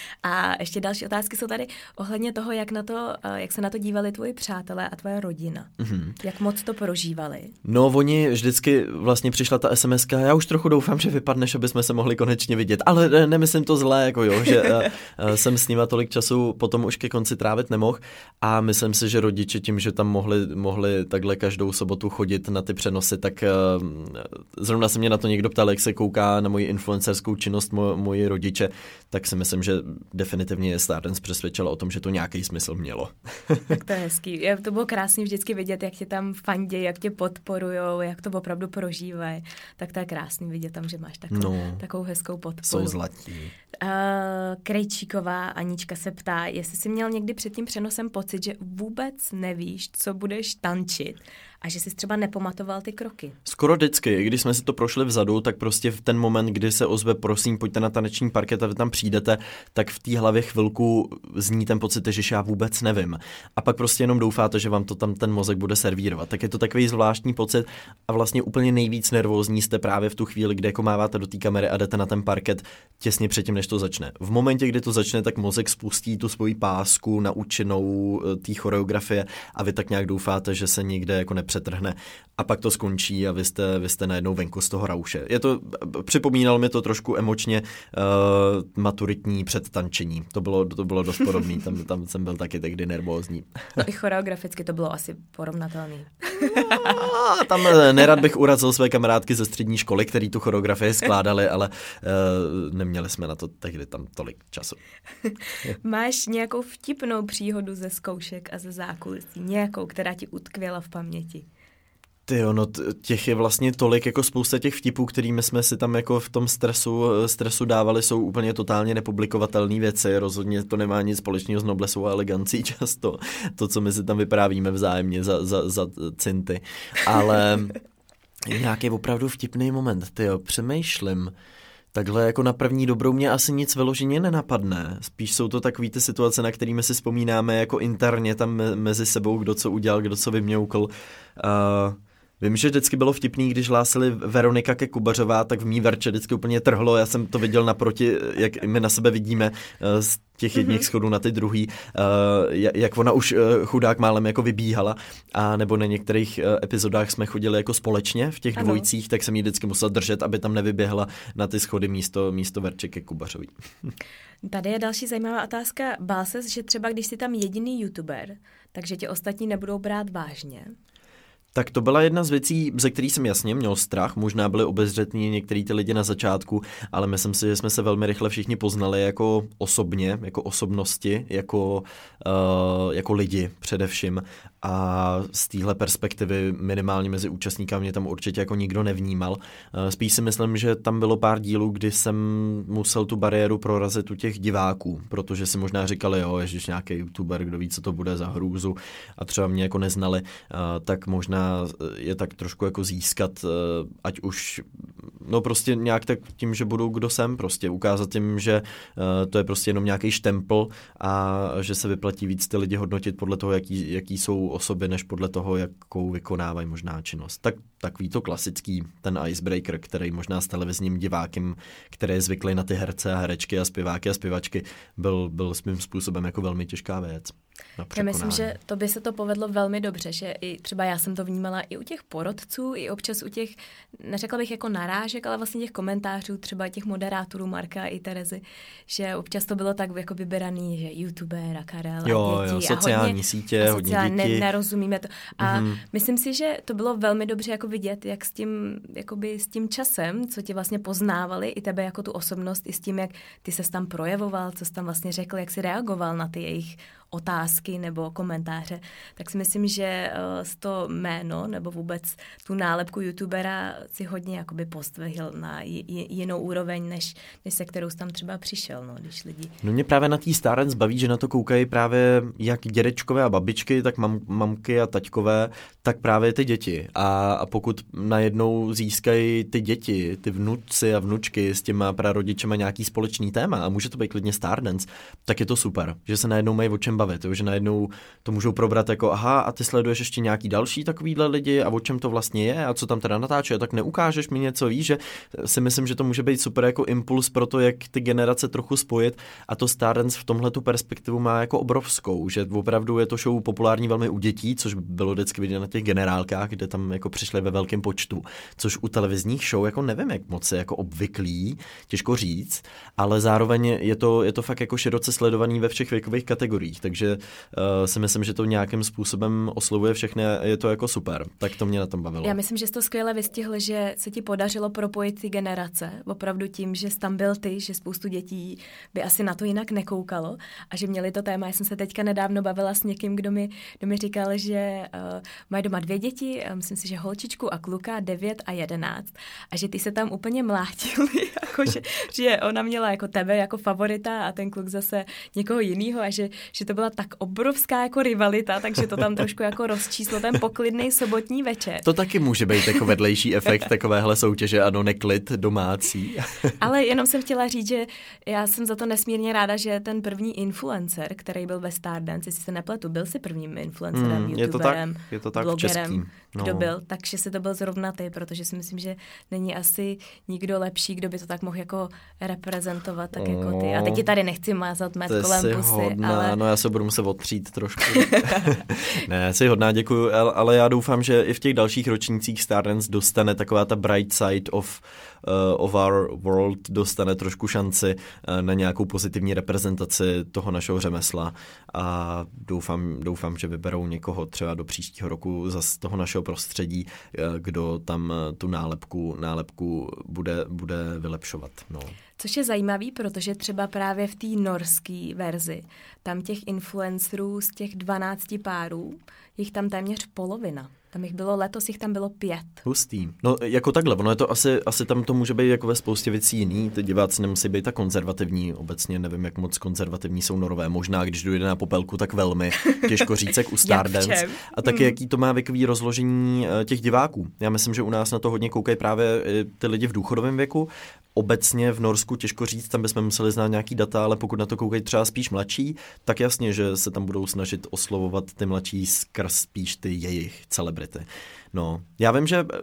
A ještě další otázky jsou tady ohledně toho, jak, na to, jak se na to dívali tvoji přátelé a tvoje rodina. Mm-hmm. Jak moc to prožívali? No, oni vždycky vlastně přišla ta es em eska, já už trochu doufám, že vypadneš, aby jsme se mohli konečně vidět, ale ne, nemyslím to zlé, jako jo, že uh, jsem s nima tolik času potom už ke konci trávit nemohl a myslím si, že rodiče tím, že tam mohli, mohli takhle každou sobotu chodit na ty přenosy, tak uh, zrovna se mě na to někdo ptal, jak se kouká na moji influencerskou činnost mo, moji rodiče, tak si myslím, že definitivně Stardance přesvědčila o tom, že to nějaký smysl mělo. Tak to je hezký. To bylo krásný vždycky vidět, jak tě tam fandí, jak tě podporujou, jak to opravdu prožívají. Tak to je krásný vidět tam, že máš takovou, no, takovou hezkou podporu. Jsou zlatí. Uh, Krejčíková Anička se ptá, jestli jsi měl někdy před tím přenosem pocit, že vůbec nevíš, co budeš tančit a že jsi třeba nepamatoval ty kroky. Skoro vždycky, když jsme si to prošli vzadu, tak prostě v ten moment, kdy se ozve, prosím, pojďte na taneční parket a vy tam přijdete, tak v té hlavě chvilku zní ten pocit, že já vůbec nevím. A pak prostě jenom doufáte, že vám to tam ten mozek bude servírovat. Tak je to takový zvláštní pocit a vlastně úplně nejvíc nervózní jste právě v tu chvíli, kdy jako máváte do té kamery a jdete na ten parket těsně předtím, než to začne. V momentě, kdy to začne, tak mozek spustí tu svoji pásku naučenou té choreografie a vy tak nějak doufáte, že se někde jako nepřetrhne a pak to skončí a vy jste, vy jste najednou venku z toho rauše. Je to, připomínalo mi to trošku emočně uh, maturitní předtančení. To bylo, to bylo dost podobný, tam, tam jsem byl taky tehdy nervózní. No i choreograficky to bylo asi porovnatelný. No, tam nerad bych urazil své kamarádky ze střední školy, který tu choreografii skládali, ale uh, neměli jsme na to tehdy tam tolik času. Máš nějakou vtipnou příhodu ze zkoušek a ze zákulisí? Nějakou, která ti utkvěla v paměti? Tyjo, no těch je vlastně tolik, jako spousta těch vtipů, kterými jsme si tam jako v tom stresu, stresu dávali, jsou úplně totálně nepublikovatelné věci. Rozhodně to nemá nic společného s noblesou a elegancí často. To, co my si tam vyprávíme vzájemně za, za, za cinty. Ale nějaký opravdu vtipný moment, tyjo, přemýšlím. Takhle jako na první dobrou mě asi nic vyloženě nenapadne. Spíš jsou to takový ty situace, na kterými si vzpomínáme jako interně tam me- mezi sebou, kdo co udělal, kdo co vymňoukl. Uh, Vím, že vždycky bylo vtipný, když hlásili Veronika ke Kubařová, tak v mý verče vždycky úplně trhlo. Já jsem to viděl naproti, jak my na sebe vidíme z těch jedních schodů na ty druhý, jak ona už chudák málem jako vybíhala. A nebo na některých epizodách jsme chodili jako společně v těch ano. dvojicích, tak jsem jí vždycky musel držet, aby tam nevyběhla na ty schody místo, místo verče ke Kubařový. Tady je další zajímavá otázka. Bál ses, že třeba když jsi tam jediný youtuber, takže tě ostatní nebudou brát vážně? Tak to byla jedna z věcí, ze kterých jsem jasně měl strach. Možná byli obezřetní některý ty lidi na začátku, ale myslím si, že jsme se velmi rychle všichni poznali jako osobně, jako osobnosti, jako, uh, jako lidi především. A z téhle perspektivy minimálně mezi účastníky mě tam určitě jako nikdo nevnímal. Uh, spíš si myslím, že tam bylo pár dílů, kdy jsem musel tu bariéru prorazit u těch diváků, protože si možná říkali, jo, ježiš, nějaký youtuber, kdo ví, co to bude za hrůzu a třeba mě jako neznali, uh, tak možná je tak trošku jako získat, ať už, no prostě nějak tak tím, že budu kdo jsem, prostě ukázat tím, že to je prostě jenom nějaký štempl a že se vyplatí víc ty lidi hodnotit podle toho, jaký, jaký jsou osoby, než podle toho, jakou vykonávají možná činnost. Tak takový to klasický, ten icebreaker, který možná s televizním divákem, který je zvyklý na ty herce a herečky a zpěváky a zpěvačky, byl, byl svým způsobem jako velmi těžká věc. Já myslím, že to by se to povedlo velmi dobře, že i třeba já jsem to vnímala i u těch porodců, i občas u těch, neřekla bych jako narážek, ale vlastně těch komentářů, třeba těch moderátorů Marka i Terezy, že občas to bylo tak jako vyberaný, že youtuber a Karel jo, a děti. Jo, sociální a hodně, sítě, a hodně sociální, děti. Ne, nerozumíme to. A mm-hmm. myslím si, že to bylo velmi dobře jako vidět, jak s tím, jakoby s tím časem, co ti vlastně poznávali, i tebe jako tu osobnost, i s tím, jak ty ses tam projevoval, co jsi tam vlastně řekl, jak jsi reagoval na ty jejich otázky nebo komentáře, tak si myslím, že z to jméno nebo vůbec tu nálepku youtubera si hodně jakoby pozdvihl na jinou úroveň, než, než se kterou jsi tam třeba přišel, no, když lidi... No mě právě na tý Stardance baví, že na to koukají právě jak dědečkové a babičky, tak mam, mamky a taťkové, tak právě ty děti. A, a pokud najednou získají ty děti, ty vnuci a vnučky s těma prarodičema nějaký společný téma a může to být klidně Stardance, tak je to super, že se najednou mají o čem bavit, jo? Že najednou to můžou probrat jako aha, a ty sleduješ ještě nějaký další takovýhle lidi a o čem to vlastně je a co tam teda natáče, tak neukážeš mi něco, víš, že si myslím, že to může být super jako impuls pro to, jak ty generace trochu spojit a to Stardance v tomhle tu perspektivu má jako obrovskou, že opravdu je to show populární velmi u dětí, což bylo vždycky vidět na těch generálkách, kde tam jako přišli ve velkém počtu, což u televizních show jako nevím, jak moc je jako obvyklý, těžko říct, ale zároveň je to, je to fakt jako široce sledovaný ve všech věkových kategoriích. Takže uh, si myslím, že to nějakým způsobem oslovuje všechny a je to jako super. Tak to mě na tom bavilo. Já myslím, že jsi to skvěle vystihl, že se ti podařilo propojit ty generace. Opravdu tím, že jsi tam byl ty, že spoustu dětí by asi na to jinak nekoukalo a že měli to téma. Já jsem se teďka nedávno bavila s někým, kdo mi, kdo mi říkal, že uh, mají doma dvě děti, myslím si, že holčičku a kluka, devět a jedenáct. A že ty se tam úplně mlátili, jako že, že ona měla jako tebe jako favorita a ten kluk zase někoho jiného a že, že to byla tak obrovská jako rivalita, takže to tam trošku jako rozčíslo ten poklidný sobotní večer. To taky může být jako vedlejší efekt takovéhle soutěže, ano, neklid domácí. Ale jenom jsem chtěla říct, že já jsem za to nesmírně ráda, že ten první influencer, který byl ve Stardance, jestli se nepletu, byl si prvním influencerem, hmm, youtuberem, je to tak, je to tak blogerem, no. kdo byl, takže si to byl zrovna ty, protože si myslím, že není asi nikdo lepší, kdo by to tak mohl jako reprezentovat, tak jako ty. A teď ti tady nechci mázat med kolem pusy, hodná, ale... No já se budu muset odpřít trošku. Ne, jsi hodná, děkuju, ale já doufám, že i v těch dalších ročnících Stardance dostane taková ta bright side of, uh, of our world, dostane trošku šanci uh, na nějakou pozitivní reprezentaci toho našeho řemesla a doufám, doufám, že vyberou někoho třeba do příštího roku z toho našeho prostředí, uh, kdo tam uh, tu nálepku, nálepku bude, bude vylepšovat. No. Což je zajímavý, protože třeba právě v té norské verzi, tam těch influencerů z těch dvanácti párů, jich tam téměř polovina. Tam jich bylo letos, jich tam bylo pět. Hustý. No jako takhle, ono je to asi, asi tam to může být jako ve spoustě věcí jiný. Ty diváci nemusí být tak konzervativní. Obecně nevím, jak moc konzervativní jsou Norové. Možná, když dojde na popelku, tak velmi. Těžko říct, jak u Stardance. A taky, jaký to má věkový rozložení těch diváků. Já myslím, že u nás na to hodně koukají právě ty lidi v důchodovém věku. Obecně v Norsku těžko říct, tam bychom museli znát nějaký data, ale pokud na to koukají třeba spíš mladší, tak jasně, že se tam budou snažit oslovovat ty mladší skrz spíš ty jejich celebrity. No, já vím, že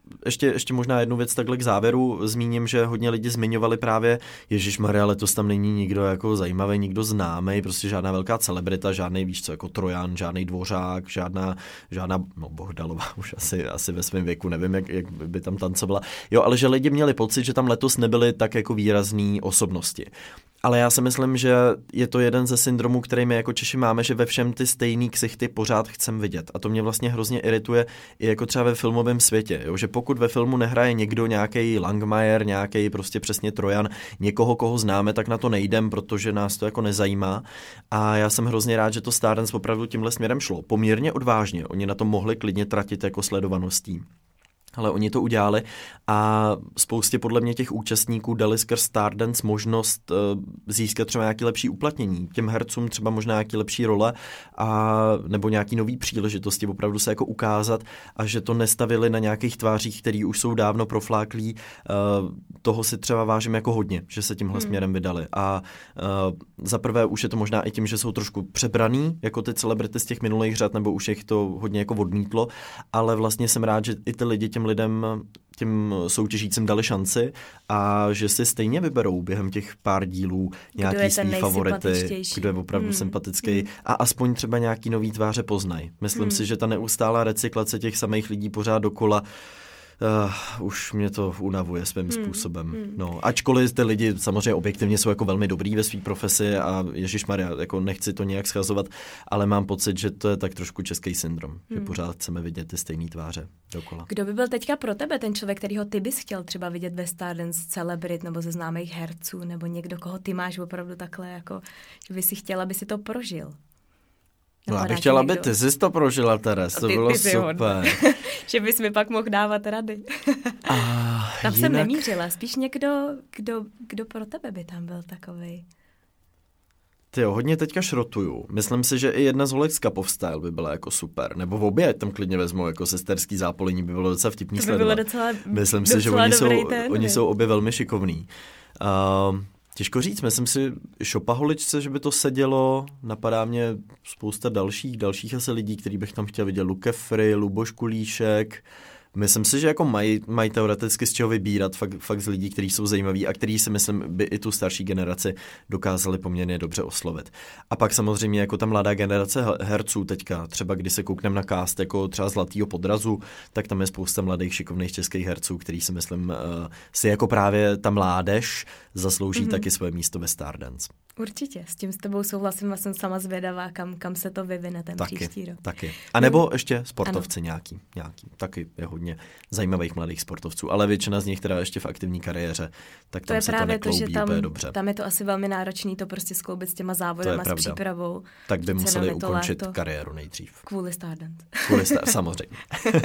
ještě, ještě možná jednu věc takhle k závěru zmíním, že hodně lidi zmiňovali právě Ježišmarja, letos tam není nikdo jako zajímavý, nikdo známý, prostě žádná velká celebrita, žádný, víš co, jako Trojan, žádný Dvořák, žádná, žádná, no Bohdalová už asi, asi ve svém věku, nevím, jak, jak by tam tancovala. Jo, ale že lidi měli pocit, že tam letos nebyly tak jako výrazný osobnosti. Ale já si myslím, že je to jeden ze syndromů, který my jako Češi máme, že ve všem ty stejný ksichty pořád chcem vidět. A to mě vlastně hrozně irituje i jako třeba ve filmovém světě. Jo? Že pokud ve filmu nehraje někdo nějaký Langmajer, nějaký prostě přesně Trojan, někoho, koho známe, tak na to nejdem, protože nás to jako nezajímá. A já jsem hrozně rád, že to Stardance opravdu tímhle směrem šlo. Poměrně odvážně. Oni na to mohli klidně tratit jako sledovaností. Ale oni to udělali a spoustě podle mě těch účastníků dali skrz Stardance možnost uh, získat třeba nějaké lepší uplatnění. Těm hercům třeba možná nějaké lepší role a nebo nějaký nový příležitosti opravdu se jako ukázat a že to nestavili na nějakých tvářích, který už jsou dávno profláklí. Uh, toho si třeba vážím jako hodně, že se tímhle hmm. směrem vydali. A uh, za prvé už je to možná i tím, že jsou trošku přebraný, jako ty celebrity z těch minulých řad, nebo už jich to hodně jako odmítlo, ale vlastně jsem rád, že i ty lidi těm lidem, těm soutěžícím dali šanci a že si stejně vyberou během těch pár dílů nějaký svý favority, kdo je opravdu hmm. sympatický hmm. a aspoň třeba nějaký nový tváře poznají. Myslím hmm. si, že ta neustálá recyklace těch samých lidí pořád dokola Uh, už mě to unavuje svým hmm. způsobem. Hmm. No, ačkoliv ty lidi samozřejmě objektivně jsou jako velmi dobrý ve své profesi a ježišmarja, jako nechci to nějak schazovat, ale mám pocit, že to je tak trošku český syndrom, hmm. že pořád chceme vidět ty stejný tváře dokola. Kdo by byl teďka pro tebe ten člověk, kterýho ty bys chtěl třeba vidět ve Stardance, celebrit nebo ze známých herců, nebo někdo, koho ty máš opravdu takhle, jako, že by si chtěl, aby si to prožil? No, já bych chtěla, aby ty jsi to prožila, Teres, to ty, bylo ty super. Že bys mi pak mohl dávat rady. A tam jinak... jsem nemířila, spíš někdo, kdo, kdo pro tebe by tam byl takovej. Tyjo, hodně teďka šrotuju. Myslím si, že i jedna z holek z Cup of Style by byla jako super. Nebo v obě tam klidně vezmu, jako sesterský zápolení by bylo docela vtipný to by sledovat. Bylo docela, Myslím si, že oni jsou, oni jsou obě velmi šikovní. Uh, Těžko říct, myslím si, šopaholičce, že by to sedělo, napadá mě spousta dalších, dalších asi lidí, který bych tam chtěl vidět, Lukefry, Luboš Kulíšek. Myslím si, že jako mají, mají teoreticky z čeho vybírat fakt, fakt z lidí, kteří jsou zajímaví a kteří si myslím by i tu starší generaci dokázali poměrně dobře oslovit. A pak samozřejmě jako ta mladá generace herců teďka, třeba když se koukneme na cast jako třeba Zlatýho podrazu, tak tam je spousta mladých šikovných českých herců, který si myslím uh, si jako právě ta mládež zaslouží mm-hmm. taky svoje místo ve Stardance. Určitě, s tím s tebou souhlasím a jsem sama zvědavá, kam, kam se to vyvine ten taky, příští rok. Taky, A nebo no, ještě sportovci ano. nějaký, nějaký. Taky je hodně zajímavých mladých sportovců, ale většina z nich teda ještě v aktivní kariéře, tak tam to se to nekloubí úplně dobře. Tam je to asi velmi náročný to prostě skloubit s těma závodama, s přípravou. Tak by museli ukončit léto. Kariéru nejdřív. Kvůli Stardance. Kvůli Stardance, samozřejmě.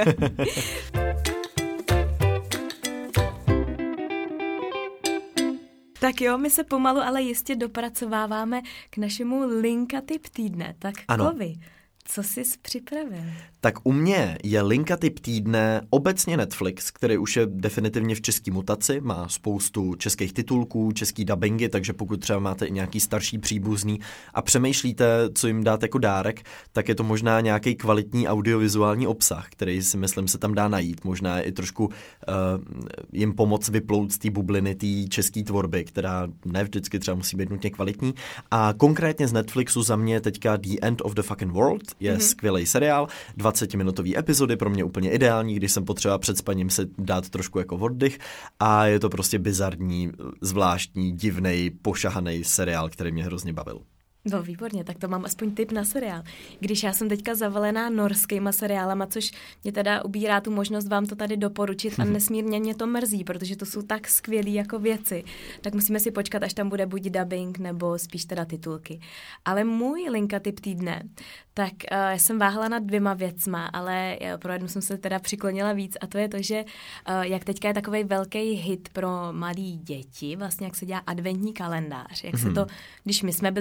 Tak jo, my se pomalu, ale jistě dopracováváme k našemu Linka tip týdne. Tak ano. Kovy, co jsi připravil? Tak u mě je linka tip týdne obecně Netflix, který už je definitivně v české mutaci, má spoustu českých titulků, český dabingy, takže pokud třeba máte i nějaký starší příbuzný a přemýšlíte, co jim dát jako dárek, tak je to možná nějaký kvalitní audiovizuální obsah, který si myslím se tam dá najít. Možná i trošku uh, jim pomoct vyplout z té bubliny té české tvorby, která ne vždycky třeba musí být nutně kvalitní. A konkrétně z Netflixu za mě teďka The End of the Fucking World je mm-hmm. skvělý seriál, dvacetiminutový epizody, pro mě úplně ideální, když jsem potřeba před spaním se dát trošku jako oddych a je to prostě bizarní, zvláštní, divnej, pošahaný seriál, který mě hrozně bavil. No výborně, tak to mám aspoň tip na seriál. Když já jsem teďka zavalená norskýma seriálama, což mě teda ubírá tu možnost vám to tady doporučit a nesmírně mě to mrzí, protože to jsou tak skvělý jako věci, tak musíme si počkat, až tam bude buď dubbing nebo spíš teda titulky. Ale můj linka tip týdne, tak uh, já jsem váhala nad dvěma věcma, ale pro jednu jsem se teda přiklonila víc a to je to, že uh, jak teďka je takovej velký hit pro malý děti, vlastně jak se dělá adventní kalendář, jak se to, když my jsme byli malí, že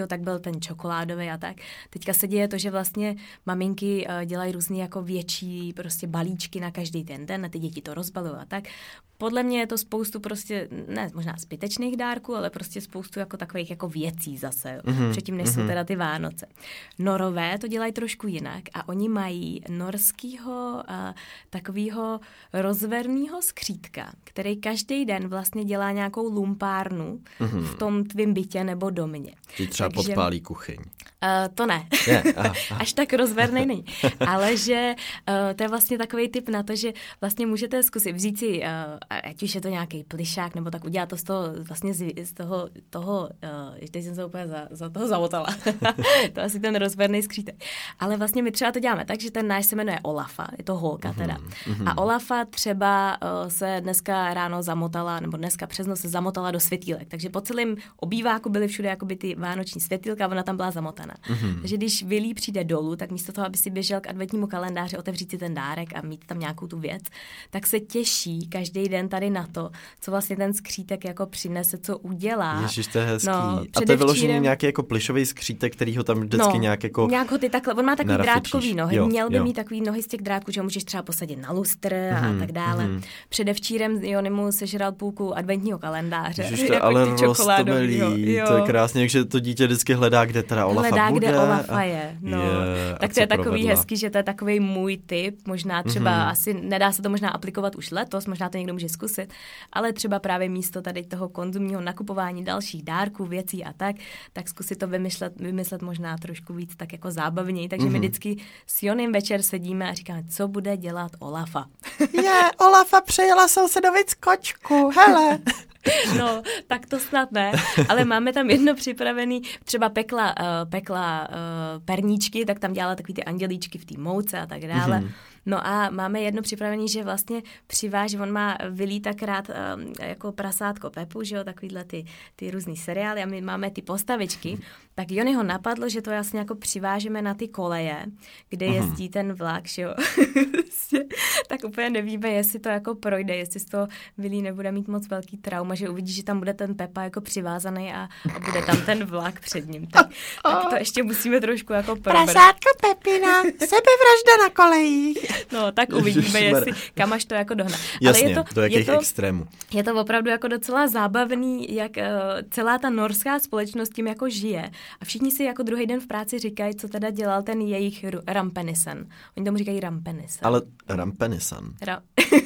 jo, tak byl ten čokoládový a tak. Teďka se děje to, že vlastně maminky uh, dělají různý jako větší prostě balíčky na každý ten den a ty děti to rozbalují a tak. Podle mě je to spoustu prostě, ne možná zbytečných dárků, ale prostě spoustu jako takových jako věcí zase, mm-hmm. předtím než mm-hmm. jsou teda ty Vánoce. Norové to dělají trošku jinak a oni mají norskýho uh, takovýho rozverného skřítka, který každý den vlastně dělá nějakou lumpárnu mm-hmm. v tom tvým bytě nebo domě. Ti třeba Takže, podpálí kuchyň. Uh, to ne. Yeah, aha, aha. Až tak rozvernej není. Ale že uh, to je vlastně takový tip na to, že vlastně můžete zkusit vzít si, uh, ať už je to nějaký plišák, nebo tak udělat to z toho, vlastně z, z toho, toho uh, teď jsem se úplně za, za toho zamotala. To asi ten rozvernej skřítek. Ale vlastně my třeba to děláme tak, že ten náš se jmenuje Olafa, je to holka teda. Mm-hmm. A Olafa třeba uh, se dneska ráno zamotala, nebo dneska přes noc se zamotala do světýlek. Takže po celém obýváku byly všude jakoby ty vánoční světýlka, ona tam byla zamotaná. Mm-hmm. Takže když Vilí přijde dolů, tak místo toho, aby si běžel k adventnímu kalendáři, otevřít si ten dárek a mít tam nějakou tu věc, tak se těší každý den tady na to, co vlastně ten skřítek jako přinese, co udělá. Ježiš, to je hezký. No, a to je vyložený nějaký jako plišový skřítek, který ho tam vždycky no, nějak jako nějak ho ty takhle, on má takový drátkový nohy, jo, měl by jo. mít takový nohy z těch drátků, že ho můžeš třeba posadit na lustr mm, a tak dále. Mm. Předevčírem Jonimu sežral půlku adventního kalendáře. Ježiš, to je ale roztomilý, to je krásně, že to dítě vždycky hledá, kde teda Olafa hledá, bude. kde Olafa je. No. je tak to je takový provedla. Hezký, že to je takový můj tip. Možná třeba mm-hmm. asi nedá se to možná aplikovat už letos, možná to někdo může zkusit, ale třeba právě místo tady toho konzumního nakupování dalších dárků, věcí a tak, tak zkusit to vymyslet, vymyslet možná trošku víc tak jako zábavněji. Takže mm-hmm. my vždycky s Jonem večer sedíme a říkáme, co bude dělat Olafa. Je, Olafa přejela sousedovi kočku, hele. No, tak to snad ne, ale máme tam jedno připravený, třeba pekla, uh, pekla uh, perníčky, tak tam dělala takový ty andělíčky v té mouce a tak dále. Mm-hmm. No a máme jedno připravený, že vlastně přiváže, on má Vilí tak rád um, jako prasátko Pepu, že jo, takovýhle ty, ty různý seriály a my máme ty postavičky, tak Jonyho napadlo, že to vlastně jako přivážeme na ty koleje, kde jezdí ten vlak, že jo. Tak úplně nevíme, jestli to jako projde, jestli z toho Vilí nebude mít moc velký trauma, že uvidí, že tam bude ten Pepa jako přivázaný a, a bude tam ten vlak před ním. Tak, tak to ještě musíme trošku jako probrat. Prasátko Pepina, sebevražda na kolejích. No, tak uvidíme, jestli kam až to jako dohná. Jasně, ale je to, do jakých je to, extrémů. Je to opravdu jako docela zábavný, jak uh, celá ta norská společnost tím jako žije. A všichni si jako druhý den v práci říkají, co teda dělal ten jejich Rampenisan. Oni tomu říkají Rampenisan. Ale Rampenisan. Ra-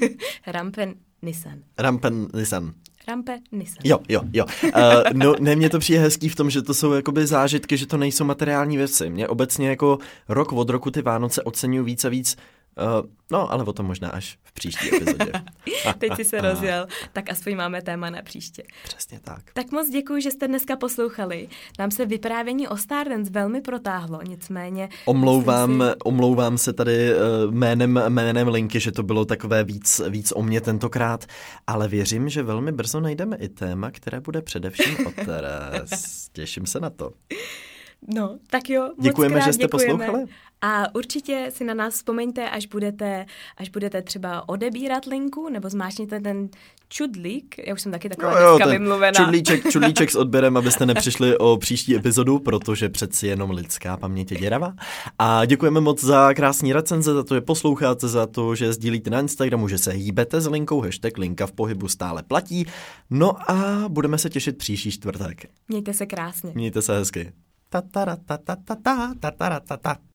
Rampenisan. Rampenisan. Rampe Nisan. Jo, jo, jo. Uh, no, ne, mně to přijde hezký v tom, že to jsou jakoby zážitky, že to nejsou materiální věci. Mě obecně jako rok od roku ty Vánoce oceňuji víc a víc. Uh, no, ale o tom možná až v příští epizodě. Teď si se rozjel, tak aspoň máme téma na příště. Přesně tak. Tak moc děkuji, že jste dneska poslouchali. Nám se vyprávění o Stardance velmi protáhlo, nicméně... Omlouvám, si... omlouvám se tady jménem, jménem Linky, že to bylo takové víc, víc o mě tentokrát, ale věřím, že velmi brzo najdeme i téma, které bude především o Teres. Těším se na to. No, tak jo, moc děkujeme, krát že jste děkujeme. poslouchali. A určitě si na nás vzpomeňte, až budete, až budete třeba odebírat linku, nebo zmáčkněte ten čudlík. Já už jsem taky taková no dneska vymluvená. Čudlíček, čudlíček s odběrem, abyste nepřišli o příští epizodu, protože přeci jenom lidská paměť je děravá. A děkujeme moc za krásný recenze, za to, že posloucháte, za to, že sdílíte na Instagramu, že se hýbete s linkou, hashtag linka v pohybu stále platí. No a budeme se těšit příští čtvrtek. Mějte se krásně. Mějte se hezky. Ta ta ta ta ta ta ta ta ta ta.